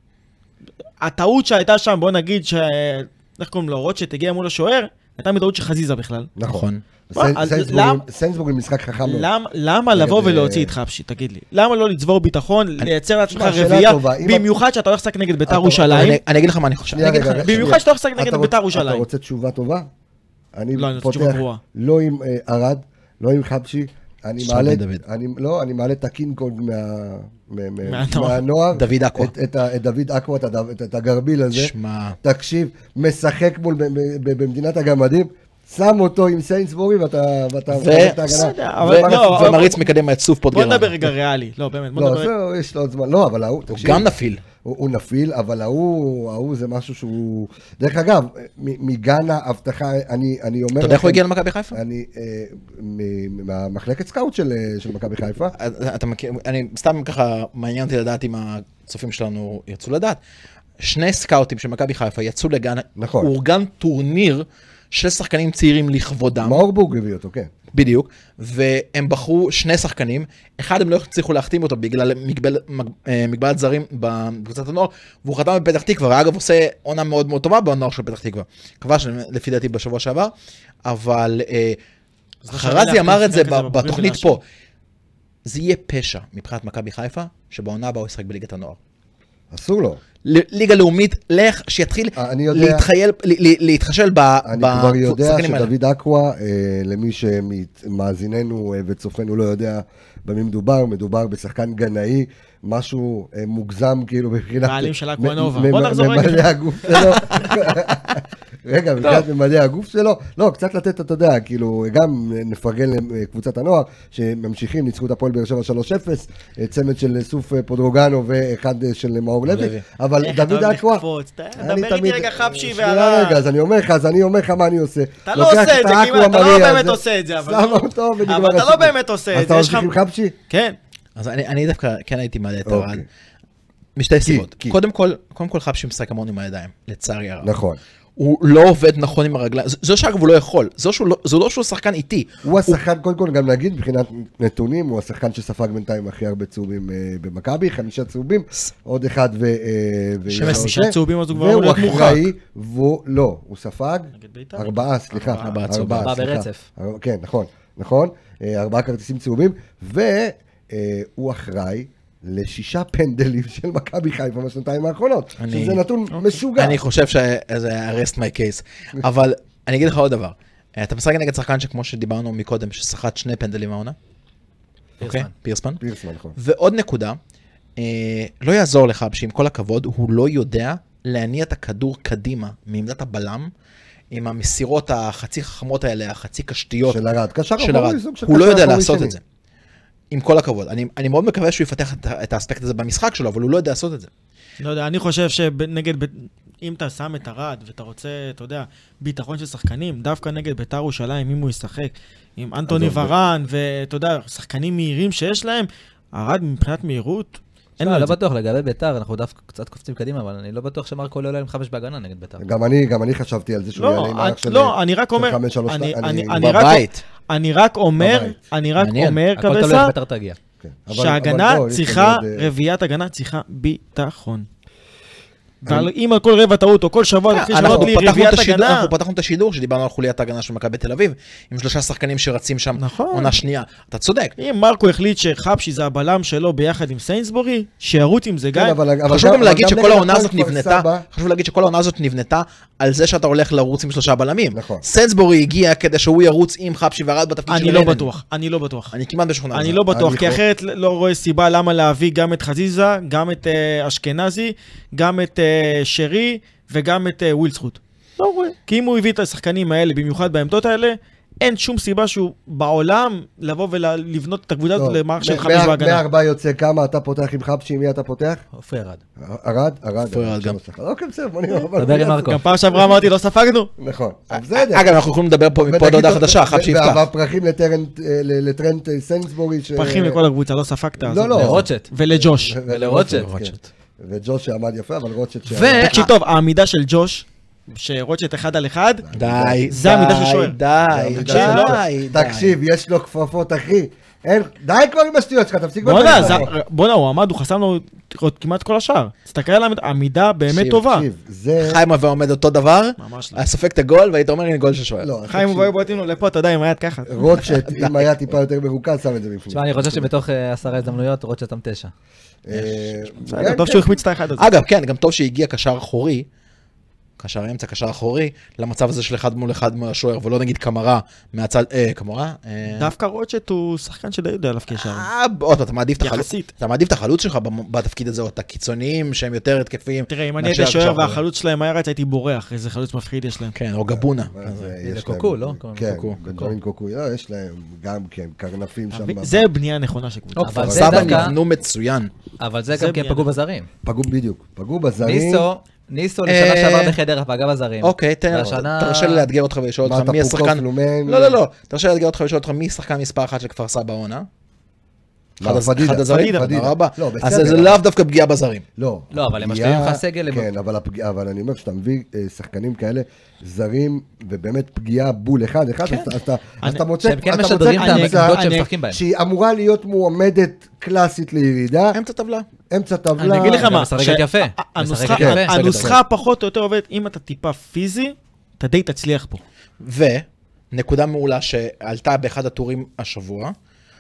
הטעות שהייתה שם, בוא נגיד איך קוראים לו, רוטשט הגיע מול השוער, הייתה מטעות שחזיזה בכלל. נכון. אז סיינסבורג משחק חכם מאוד. למה לבוא ולהוציא את חבשי, תגיד לי? למה לא לצבור ביטחון, לייצר לעצמך רביעייה, במיוחד שאתה הולך לשחק נגד בית"ר ירושלים? אני אגיד לך מה אני חושב. במיוחד שאתה הולך לשחק נגד בית"ר ירושלים. אתה רוצה תשובה טובה? לא, אני רוצה תשובה גרועה. לא עם ארד, לא עם חבשי. אני מעלה את הקינג-קונג מהנוער. דוד אקווה. את דוד אקווה, את הגרביל הזה. תקשיב, משחק מול במדינת הגמדים. שם אותו עם סיינסבורג ואתה מפרק את ההגנה. ומריץ מקדם את סוף פוטגרן. בוא נדבר רגע ריאלי. לא, באמת. לא, יש לו עוד זמן. לא, אבל הוא גם נפיל. הוא נפיל, אבל ההוא זה משהו שהוא... דרך אגב, מגן ההבטחה, אני אומר... אתה יודע איך הוא הגיע למכבי חיפה? אני... מהמחלקת סקאוט של מכבי חיפה. אתה מכיר... אני סתם ככה מעניין אותי לדעת אם הצופים שלנו ירצו לדעת. 2 סקאוטים של מכבי חיפה יצאו לגן... נכון. אורגן טורניר של שחקנים צעירים לכבודם. מאורבורג הביא אותו, כן. בדיוק, והם בחרו 2 שחקנים, אחד הם לא הצליחו להחתים אותו בגלל מגבלת זרים בקבוצת הנוער, והוא חתם בפתח תקווה, ואגב עושה עונה מאוד מאוד טובה בנוער של פתח תקווה. כבש לפי דעתי בשבוע שעבר, אבל חרזי אמר את זה בתוכנית פה, זה יהיה פשע מבחינת מכבי חיפה, שבעונה הבאה הוא ישחק בליגת הנוער. אסור לו. ליגה לאומית, לך, שיתחיל להתחשל בשחקנים האלה. אני כבר יודע שדוד אקווה, למי שמאזיננו וצופנו לא יודע במי מדובר בשחקן גנאי, משהו מוגזם כאילו מבחינת... בעלים של אקוונובה. בוא נחזור רגע. ממלא הגוף שלו. רגע, מבחינת ממלא הגוף שלו. לא, קצת לתת, אתה יודע, כאילו, גם נפרגן לקבוצת הנוער, שממשיכים, ניצחו את הפועל באר שבע 3-0, צמד של סוף פודרוגנו ואחד של מאור לוי. אבל דוד אקווה... דבר איתי רגע חבשי ועלה... רגע, אז אני אומר לך מה אני עושה. אתה לא עושה את זה, אתה לא באמת עושה את זה, אבל אתה לא באמת עושה את זה. אז אתה ממשיך עם חבשי? כן. אז אני דווקא כן הייתי מעלה את ארד, משתי סיבות. קודם כל חבשי משחק המון עם הידיים, לצערי הרב. נכון. הוא לא עובד נכון עם הרגליים, זו שאגב הוא לא יכול, זו לא שהוא שחקן איטי. הוא השחקן, קודם כל גם נגיד, מבחינת נתונים, הוא השחקן שספג בינתיים הכי הרבה צהובים במכבי, 5 צהובים, עוד אחד ו... 5 צהובים, אז הוא כבר הולך מורחק. לא, הוא ספג 4, סליחה. 4 ברצף. כן, נכון. 4 כרטיסים צהובים, והוא אחראי ל6 פנדלים של מכבי חיפה בשנתיים האחרונות, שזה נתון משוגע. אני חושב שזה arrest my case, אבל אני אגיד לך עוד דבר, אתה משחק נגד שחקן שכמו שדיברנו מקודם, ששחט 2 פנדלים מהעונה? פירסמן. נכון. ועוד נקודה, לא יעזור לך שעם כל הכבוד, הוא לא יודע להניע את הכדור קדימה מעמדת הבלם, עם המסירות החצי חכמות האלה, החצי קשתיות של הרד. הוא לא יודע לעשות את זה. עם כל הכבוד. אני מאוד מקווה שהוא יפתח את האספקט הזה במשחק שלו, אבל הוא לא יודע לעשות את זה. לא יודע, אני חושב שנגד, אם אתה שם את הרד ואתה רוצה, אתה יודע, ביטחון של שחקנים, דווקא נגד בית"ר ירושלים, אם הוא ישחק עם אנטוני ורן, ואתה יודע, שחקנים מהירים שיש להם, הרד מבחינת מהירות, לא בטוח, לגבי בית"ר, אנחנו דווקא קצת קופצים קדימה, אבל אני לא בטוח שמרקו לא עולה עם 5 בהגנה נגד בית"ר. גם אני חשבתי על זה שהוא יעלה עם מערך של 5-3-2. אני רק אומר, קבסה, שהגנה צריכה, רביעיית הגנה צריכה ביטחון. אם על כל רבע טעות או כל שבוע נתחיל לשנות לי רביעיית הגנה. אנחנו פתחנו את השידור שדיברנו על חוליית ההגנה של מכבי תל אביב, עם 3 שחקנים שרצים שם עונה שנייה. אתה צודק. אם מרקו החליט שחבשי זה הבלם שלו ביחד עם סיינסבורי, שירוץ עם זה גיא. חשוב גם להגיד שכל העונה הזאת נבנתה על זה שאתה הולך לרוץ עם 3 בלמים. סיינסבורי הגיע כדי שהוא ירוץ עם חבשי ורד בתפקיד של רנן. אני לא בטוח. אני כמעט בשכונה. אני לא בטוח, כי אחרת לא רואה סיבה למה להביא גם את חזיזה, גם את אשכנזי, גם את שרי וגם את ווילסחוט. לא רואה. כי אם הוא הביא את השחקנים האלה, במיוחד בעמדות האלה, אין שום סיבה שהוא בעולם לבוא ולבנות את הקבוצה הזאת למערך של 5 בהגנה. מהארבעה יוצא כמה, אתה פותח עם חבשי, מי אתה פותח? אופי ארד. ארד גם. אוקיי, בסדר, בוא נראה. דבר עם מרקו. גם פעם שעברה אמרתי, לא ספגנו. נכון. אגב, אנחנו יכולים לדבר פה מפה להודעה חדשה, חבשי יפתח. והפרחים לטרנט סיינסבורי. פרחים לכל הקבוצה, לא ספגת. לא, לא. לרוטשט. ולג'וש. ולרוטשט. וג'וש שעמד יפה, אבל רוטשט תקשיב טוב, העמידה של ג'וש, שרוטשט 1 על 1, די, זה המידה של שוער. די. תקשיב, יש לו כפפות, אחי. די כבר עם השטויות שלך, תפסיק בוא'נה, הוא עמד, הוא חסם לו כמעט כל השאר. תסתכל על העמידה באמת טובה. חיים אבי עומד אותו דבר, היה סופק את הגול, והיית אומר, הנה גול של שוער. חיים אבי בועטים לו לפה, אתה יודע, אם היה ככה. רוטשט, אם היה טיפה יותר מרוכז, שם את זה בפנים. תשמע, אני חושב שבתוך 10 הזדמנויות, רוטשט שם 9. טוב שהוא החמיץ את האחד הזה. אגב, כן, גם טוב שהגיע קשר אחורי, קשר אמצע, קשר אחורי, למצב הזה של 1 מול 1 מול השוער, ולא נגיד קמרה מהצד, קמרה? דווקא רוטשט הוא שחקן שדי יודע עליו קשר. עוד, אתה מעדיף את החלוץ שלך בתפקיד הזה, או את הקיצוניים שהם יותר התקפיים. תראה, אם אני הייתי שוער והחלוץ שלהם היה רץ, הייתי בורח, איזה חלוץ מפחיד יש להם. כן, או גבונה. זה קוקו, לא? כן, בנג'מין קוקו, יש להם גם כן, קרנפים שם. זה בנייה נכונה של קבוצה. אבל סבא נבנו מצוין. אבל זה גם כי הם פגעו בזרים. פגעו בזרים. ניסו לשנה שעבר בחדר הפגע בזרים. אוקיי, תרשה לי לאתגר אותך ולשאול אותך מי השחקן... לא, תרשה לי לאתגר אותך ולשאול אותך מי שחקן מספר 1 של כפר סבא העונה? אחד הזרים? אז זה לאו דווקא פגיעה בזרים. לא, אבל הם משתיים לך סגל. כן, אבל אני אומר שאתה מביא שחקנים כאלה, זרים, ובאמת פגיעה בול אחד, אז אתה מוצא שהיא אמורה להיות מועמדת קלאסית לירידה. אמצע טבלה. אני אגיד לך מה, משחקת יפה. הנוסחה פחות או יותר עובדת, אם אתה טיפה פיזי, אתה די תצליח פה. ונקודה מעולה שעלתה באחד הטורים השבוע,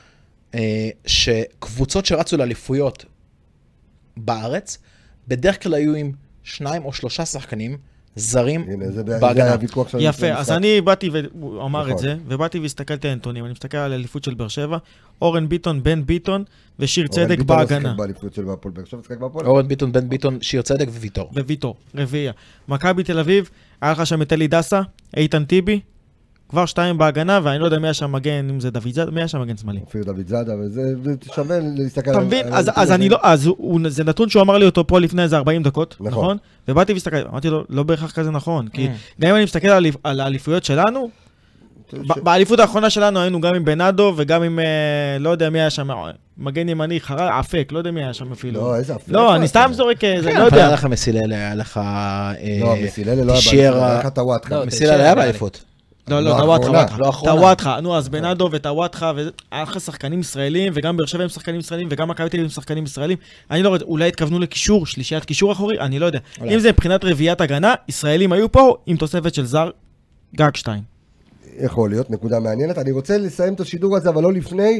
שקבוצות שרצו לאליפויות בארץ, בדרך כלל היו עם 2 או 3 שחקנים זרים בהגנה. יפה, אז אני באתי, והוא אמר את זה, ובאתי והסתכלתי על הנתונים, אני מסתכל על האליפות של באר שבע, אורן ביטון, בן ביטון ושיר צדק בהגנה. אורן ביטון, בן ביטון, שיר צדק וויטור. רביעייה. מכבי תל אביב, היה לך שם את אלי דסה, איתן טיבי, כבר 2 בהגנה, ואני לא יודע מי היה שם מגן, אם זה דוד זאדה, מי היה שם מגן שמאלי? אופיר דוד זאדה, וזה שווה להסתכל. אתה מבין? אז אני לא, זה נתון שהוא אמר לי אותו פה לפני איזה 40 דקות, נכון? ובאתי והסתכל, אמרתי לו, לא בהכרח כזה נכון, כי גם אם אני מסתכל על האליפויות שלנו, באליפות האחרונה שלנו היינו גם עם בנאדו, וגם עם, לא יודע מי היה שם, מגן ימני, אפק, לא יודע מי היה שם אפילו. לא, איזה אפק? לא, אני סתם זורק, זה לא יודע. היה לך מסיללה, היה לך... לא, מסיללה לא היה באליפות. מסיללה היה באליפות. לא, טוואטחה, נו, אז בנאדו וטוואטחה, והיה לך שחקנים ישראלים, וגם באר שבע הם שחקנים ישראלים, וגם מכבי תל אביב הם שחקנים ישראלים. אני לא יודע, אולי התכוונו לקישור, שלישיית קישור אחורי, אני לא יודע. אם זה מבחינת רביעיית הגנה, ישראלים היו פה עם תוספת של זר, גג 2. יכול להיות, נקודה מעניינת. אני רוצה לסיים את השידור הזה, אבל לא לפני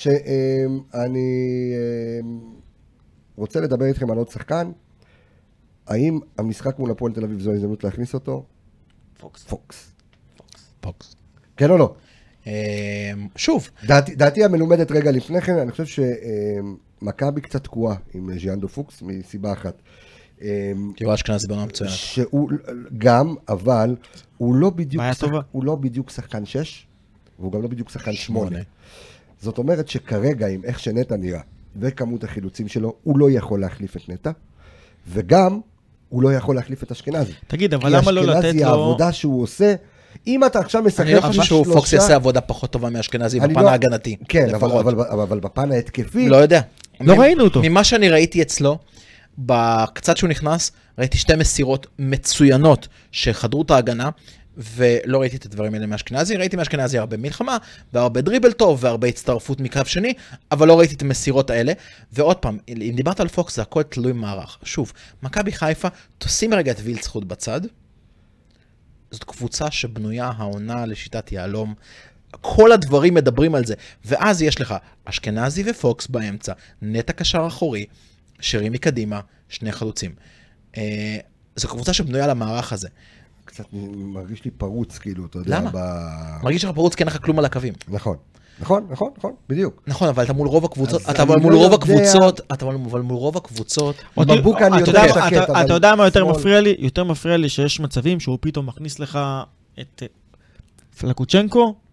שאני רוצה לדבר איתכם על עוד שחקן. האם המשחק מול הפועל תל אביב זו הזדמנות להכניס אותו? פוקס. כן או לא? שוב. דעתי המלומדת רגע לפני כן, אני חושב שמכבי קצת תקועה עם ז'יאנדו פוקס, מסיבה אחת. כי הוא אשכנזי בעונה מצוינת. שהוא גם, אבל הוא לא בדיוק שחקן 6, והוא גם לא בדיוק שחקן 8. זאת אומרת שכרגע, עם איך שנטע נראה, וכמות החילוצים שלו, הוא לא יכול להחליף את נטע, וגם הוא לא יכול להחליף את אשכנזי. תגיד, אבל למה לא לתת לו... כי אשכנזי, העבודה שהוא עושה, אם אתה עכשיו משחק... אני לא חושב שהוא פוקס יעשה עבודה פחות טובה מאשכנזי בפן ההגנתי. כן, אבל בפן ההתקפי... לא יודע. לא ראינו אותו. ממה שאני ראיתי אצלו, בקצת שהוא נכנס, ראיתי 2 מסירות מצוינות שחדרו את ההגנה, ולא ראיתי את הדברים האלה מאשכנזי. ראיתי מאשכנזי הרבה מלחמה, והרבה דריבל טוב, והרבה הצטרפות מקו שני, אבל לא ראיתי את המסירות האלה. ועוד פעם, אם דיברת על פוקס, זה הכל תלוי מערך. שוב, מכבי חיפה, תשים רגע את וילצחוט בצד, זאת קבוצה שבנויה העונה לשיטת יעלום, כל הדברים מדברים על זה, ואז יש לך אשכנזי ופוקס באמצע, נטע קשר אחורי, שרי מקדימה, 2 חלוצים. זו קבוצה שבנויה למערך הזה. קצת מרגיש לי פרוץ, כאילו, אתה יודע. למה? מרגיש לך פרוץ, כי אין לך כלום על הקווים. נכון, בדיוק. נכון, אבל אתה מול רוב הקבוצות, אתה מול רוב הקבוצות, בבוקה אני יותר שקט, אבל... אתה יודע מה יותר מפריע לי? יותר מפריע לי שיש מצבים שהוא פתאום מכניס לך את פלקוצ'נקו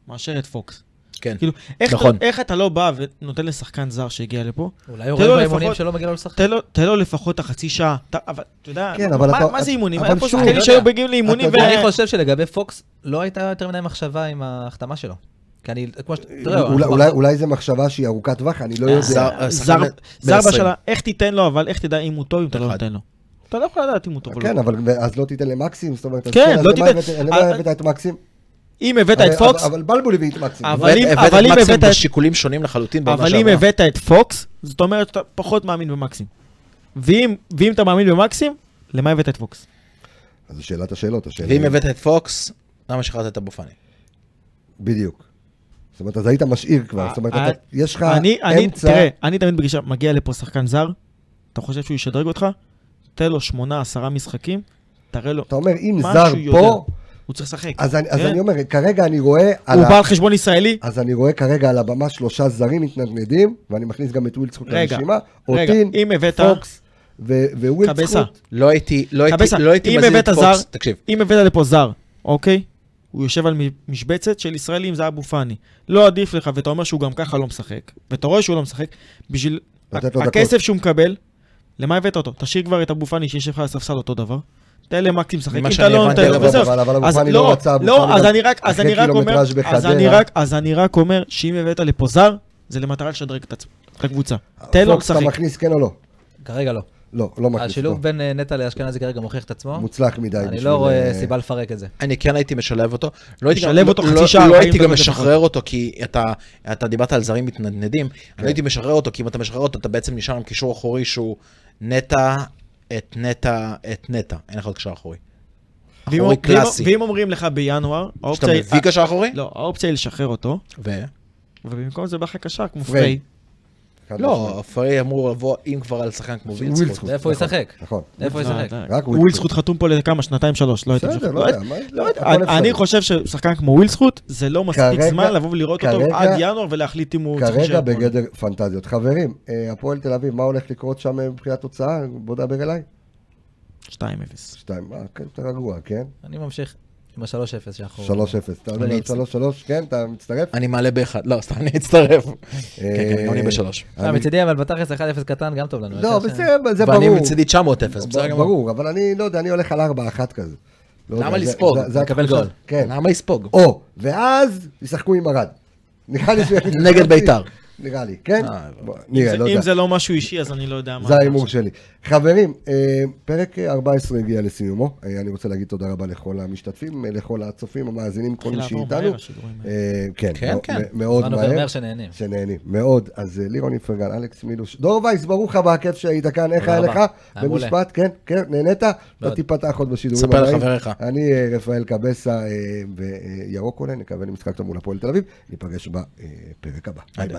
מאשר את פוקס. כן, כאילו, נכון. איך אתה לא בא ונותן לשחקן זר שהגיע לפה? אולי הוא רואה באימונים שלא מגיע לו לשחק. תן לו לפחות החצי שעה. אבל אתה יודע, כן, אבל מה זה אימונים? אבל היה פה שוב, שחקנים שהיו מגיעים לאימונים אני חושב שלגבי פוקס לא הייתה יותר מדי מחשבה עם ההחתמה שלו. כי אני, כמו אולי זה מחשבה שהיא ארוכת טווח, אני לא יודע. זר בשאלה, איך תיתן לו, אבל איך תדע אם הוא טוב, אם אתה לא נותן לו. אתה לא יכול לדעת אם הוא טוב או לא. כן, אבל אז לא תיתן למקסים, זאת אומרת, כן, לא תיתן. למה הבאת את מקסים? אם הבאת את פוקס, אבל בלבול הביא את מקסים. אבל אם מקסים בשיקולים שונים לחלוטין. אבל אם הבאת את פוקס, זאת אומרת שאתה פחות מאמין במקסים. ואם אתה מאמין במקסים, למה הבאת את פוקס? אז זו שאלת השאלות. ואם הבאת את פוקס, למה שחררת את אבו פאני? בדיוק. זאת אומרת, אז היית משאיר כבר. זאת אומרת, יש לך אמצע... תראה, אני תמיד בגישה, מגיע לפה שחקן זר, אתה חושב שהוא ישדרג אותך? תן לו 8-10 משחקים, תראה לו אתה אומר, אם זר פה... הוא צריך לשחק. אז אני אומר, כרגע אני רואה... הוא בא על חשבון ישראלי? אז אני רואה כרגע על הבמה 3 זרים מתנדנדים, ואני מכניס גם את ווילדסקוט לרשימה. אותין, פוקס ווילדסקוט. לא הייתי מזיז את פוקס, תקשיב. אם הבאת לפה זר, אוקיי? הוא יושב על משבצת של ישראלים, זה אבו פאני. לא עדיף לך, ואתה אומר שהוא גם ככה לא משחק, ואתה רואה שהוא לא משחק, בשביל הכסף שהוא מקבל, למה הבאת אותו? תשאיר כבר את אבו פאני שיש לך לספסל אותו דבר. תן למקסים משחק, אם אתה לא נותן לו, אבל אבו פאני לא רצה, אז אני רק אומר, שאם הבאת לפה זר, זה למטרה לשדרג את הקבוצה. תן לו לשחק. אתה מכניס כן או לא? כרגע לא. לא מכניס. השילוב בין נטע לאשכנזי כרגע מוכיח את עצמו. מוצלח מדי. אני לא רואה סיבה לפרק את זה. אני כן הייתי משלב אותו. חצי שעה. לא הייתי גם משחרר אותו, כי אתה דיברת על זרים מתנדנדים. אני הייתי משחרר אותו, כי אם אתה משחרר אותו, אתה בעצם נשאר עם קישור אחורי שהוא נטע, את נטע. אין לך קישור אחורי. אחורי קלאסי. ואם אומרים לך בינואר, שאתה מביא קשר אחורי? לא, האופציה היא לשחרר אותו. ובמקום זה בא לך קשר כמו פריי. לא, פריי אמור לבוא אם כבר על שחקן כמו ווילדסקוט. ואיפה הוא ישחק? נכון. איפה הוא ישחק? ווילדסקוט חתום פה לכמה, 2-3, לא הייתי בסדר, לא יודע. אני חושב ששחקן כמו ווילדסקוט, זה לא מספיק זמן לבוא ולראות אותו עד ינואר ולהחליט אם הוא צריך כרגע בגדר פנטזיות. חברים, הפועל תל אביב, מה הולך לקרות שם מבחינת תוצאה? בוא דבר אליי. 2-0. 2, כן, אתה רגוע, כן? אני ממשיך עם ה-3-0 שאחור. 3-0. אתה יודע, 3-3, כן? אתה מצטרף? אני מעלה באחד. לא, סתם, אני אצטרף. כן, אני ב3. מצידי, אבל בתכלס 1-0 קטן גם טוב לנו. לא, בסדר, זה ברור. ואני מצידי 900-0, בסדר גמור. ברור, אבל אני לא יודע, אני הולך על 4-1 כזה. למה לספוג? זה מקבל גול. כן. למה לספוג? ואז ישחקו עם ארד. נראה לי נגד ביתר. נראה לי, כן? אם זה לא משהו אישי, אז אני לא יודע מה. זה ההימור שלי. חברים, פרק 14 הגיע לסיומו. אני רוצה להגיד תודה רבה לכל המשתתפים, לכל הצופים, המאזינים, כל מי שאיתנו. כן, מאוד מהר. שנהנים, מאוד. אז לירון איפרגן, אלכס מילוש. דור וייס, ברוך הבא, כיף שהיית כאן. איך היה לך? במשפט, כן, נהנית? אתה תיפתח עוד בשידורים הבאים. ספר לחבריך. אני רפאל קבסה וירוק עולה, נקווה למשחק טוב מול הפועל תל אביב. ניפגש בפרק הבא. ביי ביי.